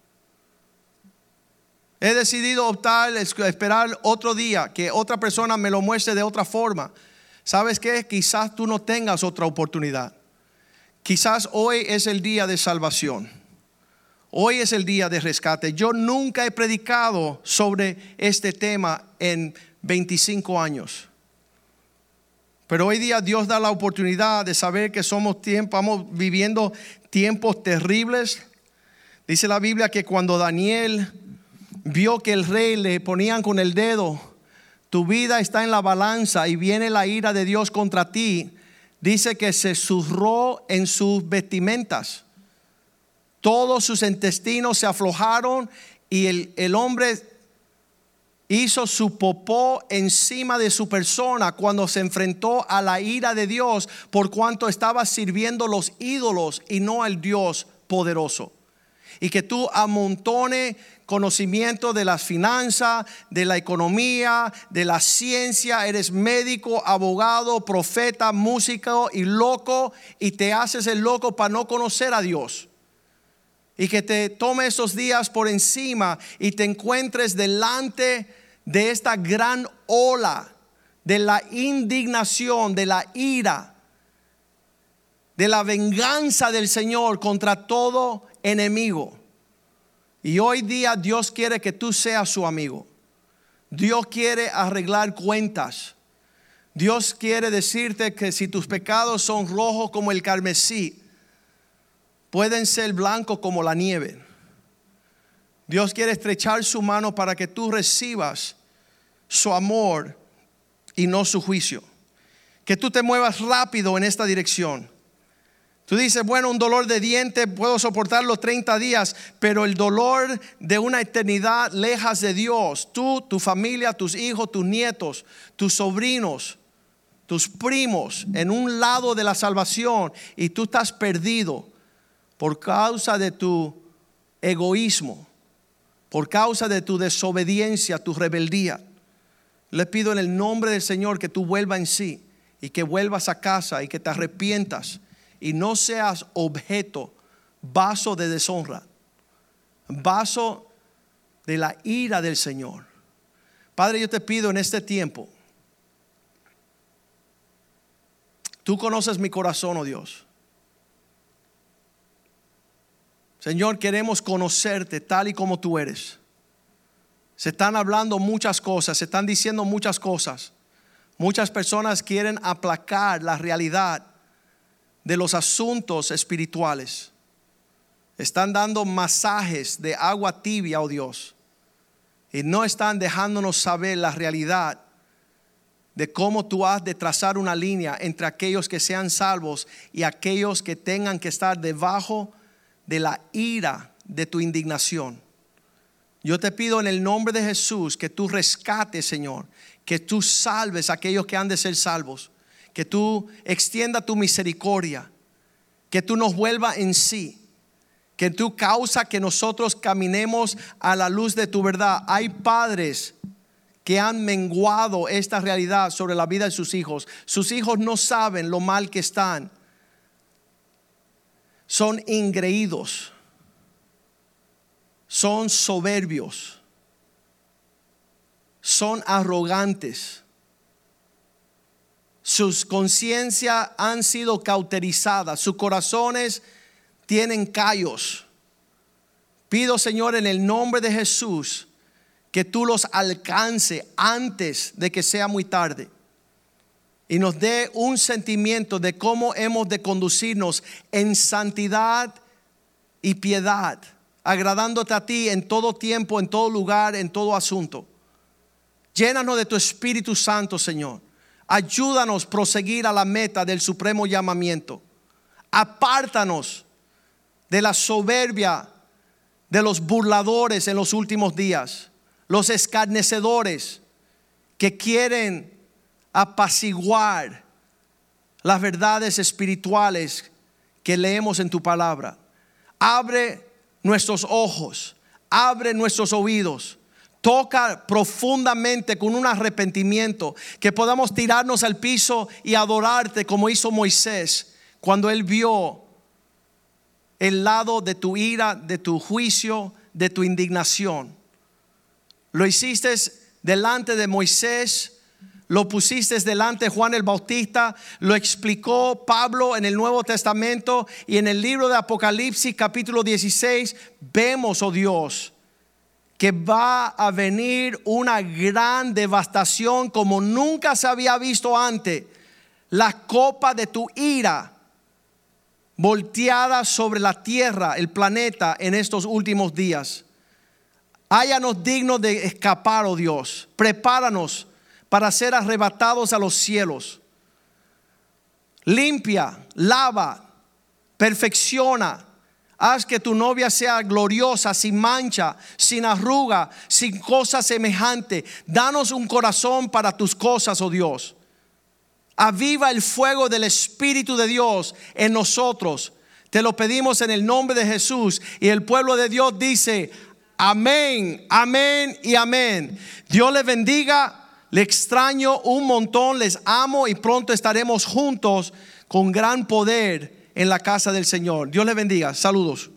he decidido optar, esperar otro día, que otra persona me lo muestre de otra forma. ¿Sabes qué? Quizás tú no tengas otra oportunidad. Quizás hoy es el día de salvación. Hoy es el día de rescate. Yo nunca he predicado sobre este tema en 25 años. Pero hoy día Dios da la oportunidad de saber que estamos viviendo tiempos terribles. Dice la Biblia que cuando Daniel vio que el rey le ponían con el dedo: tu vida está en la balanza y viene la ira de Dios contra ti, dice que se zurró en sus vestimentas. Todos sus intestinos se aflojaron y el hombre hizo su popó encima de su persona cuando se enfrentó a la ira de Dios, por cuanto estaba sirviendo los ídolos y no al Dios poderoso. Y que tú amontones conocimiento de las finanzas, de la economía, de la ciencia, eres médico, abogado, profeta, músico y loco, y te haces el loco para no conocer a Dios. Y que te tome esos días por encima y te encuentres delante de esta gran ola de la indignación, de la ira, de la venganza del Señor contra todo enemigo. Y hoy día Dios quiere que tú seas su amigo. Dios quiere arreglar cuentas. Dios quiere decirte que si tus pecados son rojos como el carmesí, pueden ser blancos como la nieve. Dios quiere estrechar su mano para que tú recibas su amor y no su juicio. Que tú te muevas rápido en esta dirección. Tú dices, bueno, un dolor de diente puedo soportarlo 30 días, pero el dolor de una eternidad lejos de Dios, tú, tu familia, tus hijos, tus nietos, tus sobrinos, tus primos, en un lado de la salvación, y tú estás perdido por causa de tu egoísmo, por causa de tu desobediencia, tu rebeldía. Le pido en el nombre del Señor que tú vuelvas en sí y que vuelvas a casa y que te arrepientas y no seas objeto, vaso de deshonra, vaso de la ira del Señor. Padre, yo te pido en este tiempo, tú conoces mi corazón, oh Dios. Señor, queremos conocerte tal y como tú eres. Se están hablando muchas cosas, se están diciendo muchas cosas. Muchas personas quieren aplacar la realidad de los asuntos espirituales. Están dando masajes de agua tibia, oh Dios, y no están dejándonos saber la realidad de cómo tú has de trazar una línea entre aquellos que sean salvos y aquellos que tengan que estar debajo de la ira de tu indignación. Yo te pido en el nombre de Jesús que tú rescates, Señor, que tú salves a aquellos que han de ser salvos, que tú extienda tu misericordia, que tú nos vuelvas en sí, que tú causa que nosotros caminemos a la luz de tu verdad. Hay padres que han menguado esta realidad sobre la vida de sus hijos. Sus hijos no saben lo mal que están. Son engreídos, son soberbios, son arrogantes. Sus conciencias han sido cauterizadas, sus corazones tienen callos. Pido, Señor, en el nombre de Jesús, que tú los alcance antes de que sea muy tarde y nos dé un sentimiento de cómo hemos de conducirnos en santidad y piedad, agradándote a ti en todo tiempo, en todo lugar, en todo asunto. Llénanos de tu Espíritu Santo, Señor. Ayúdanos a proseguir a la meta del supremo llamamiento. Apártanos de la soberbia de los burladores en los últimos días, los escarnecedores que quieren apaciguar las verdades espirituales que leemos en tu palabra. Abre nuestros ojos, abre nuestros oídos. Toca profundamente con un arrepentimiento, que podamos tirarnos al piso y adorarte como hizo Moisés cuando él vio el lado de tu ira, de tu juicio, de tu indignación. Lo hiciste delante de Moisés, lo pusiste delante de Juan el Bautista, lo explicó Pablo en el Nuevo Testamento, y en el libro de Apocalipsis capítulo 16 vemos, oh Dios, que va a venir una gran devastación como nunca se había visto antes. La copa de tu ira volteada sobre la tierra, el planeta, en estos últimos días. Háyanos dignos de escapar, oh Dios. Prepáranos para ser arrebatados a los cielos. Limpia, lava, perfecciona. Haz que tu novia sea gloriosa, sin mancha, sin arruga, sin cosa semejante. Danos un corazón para tus cosas, oh Dios. Aviva el fuego del Espíritu de Dios en nosotros. Te lo pedimos en el nombre de Jesús. Y el pueblo de Dios dice: amén, amén y amén. Dios les bendiga. Le extraño un montón, les amo, y pronto estaremos juntos con gran poder en la casa del Señor. Dios les bendiga. Saludos.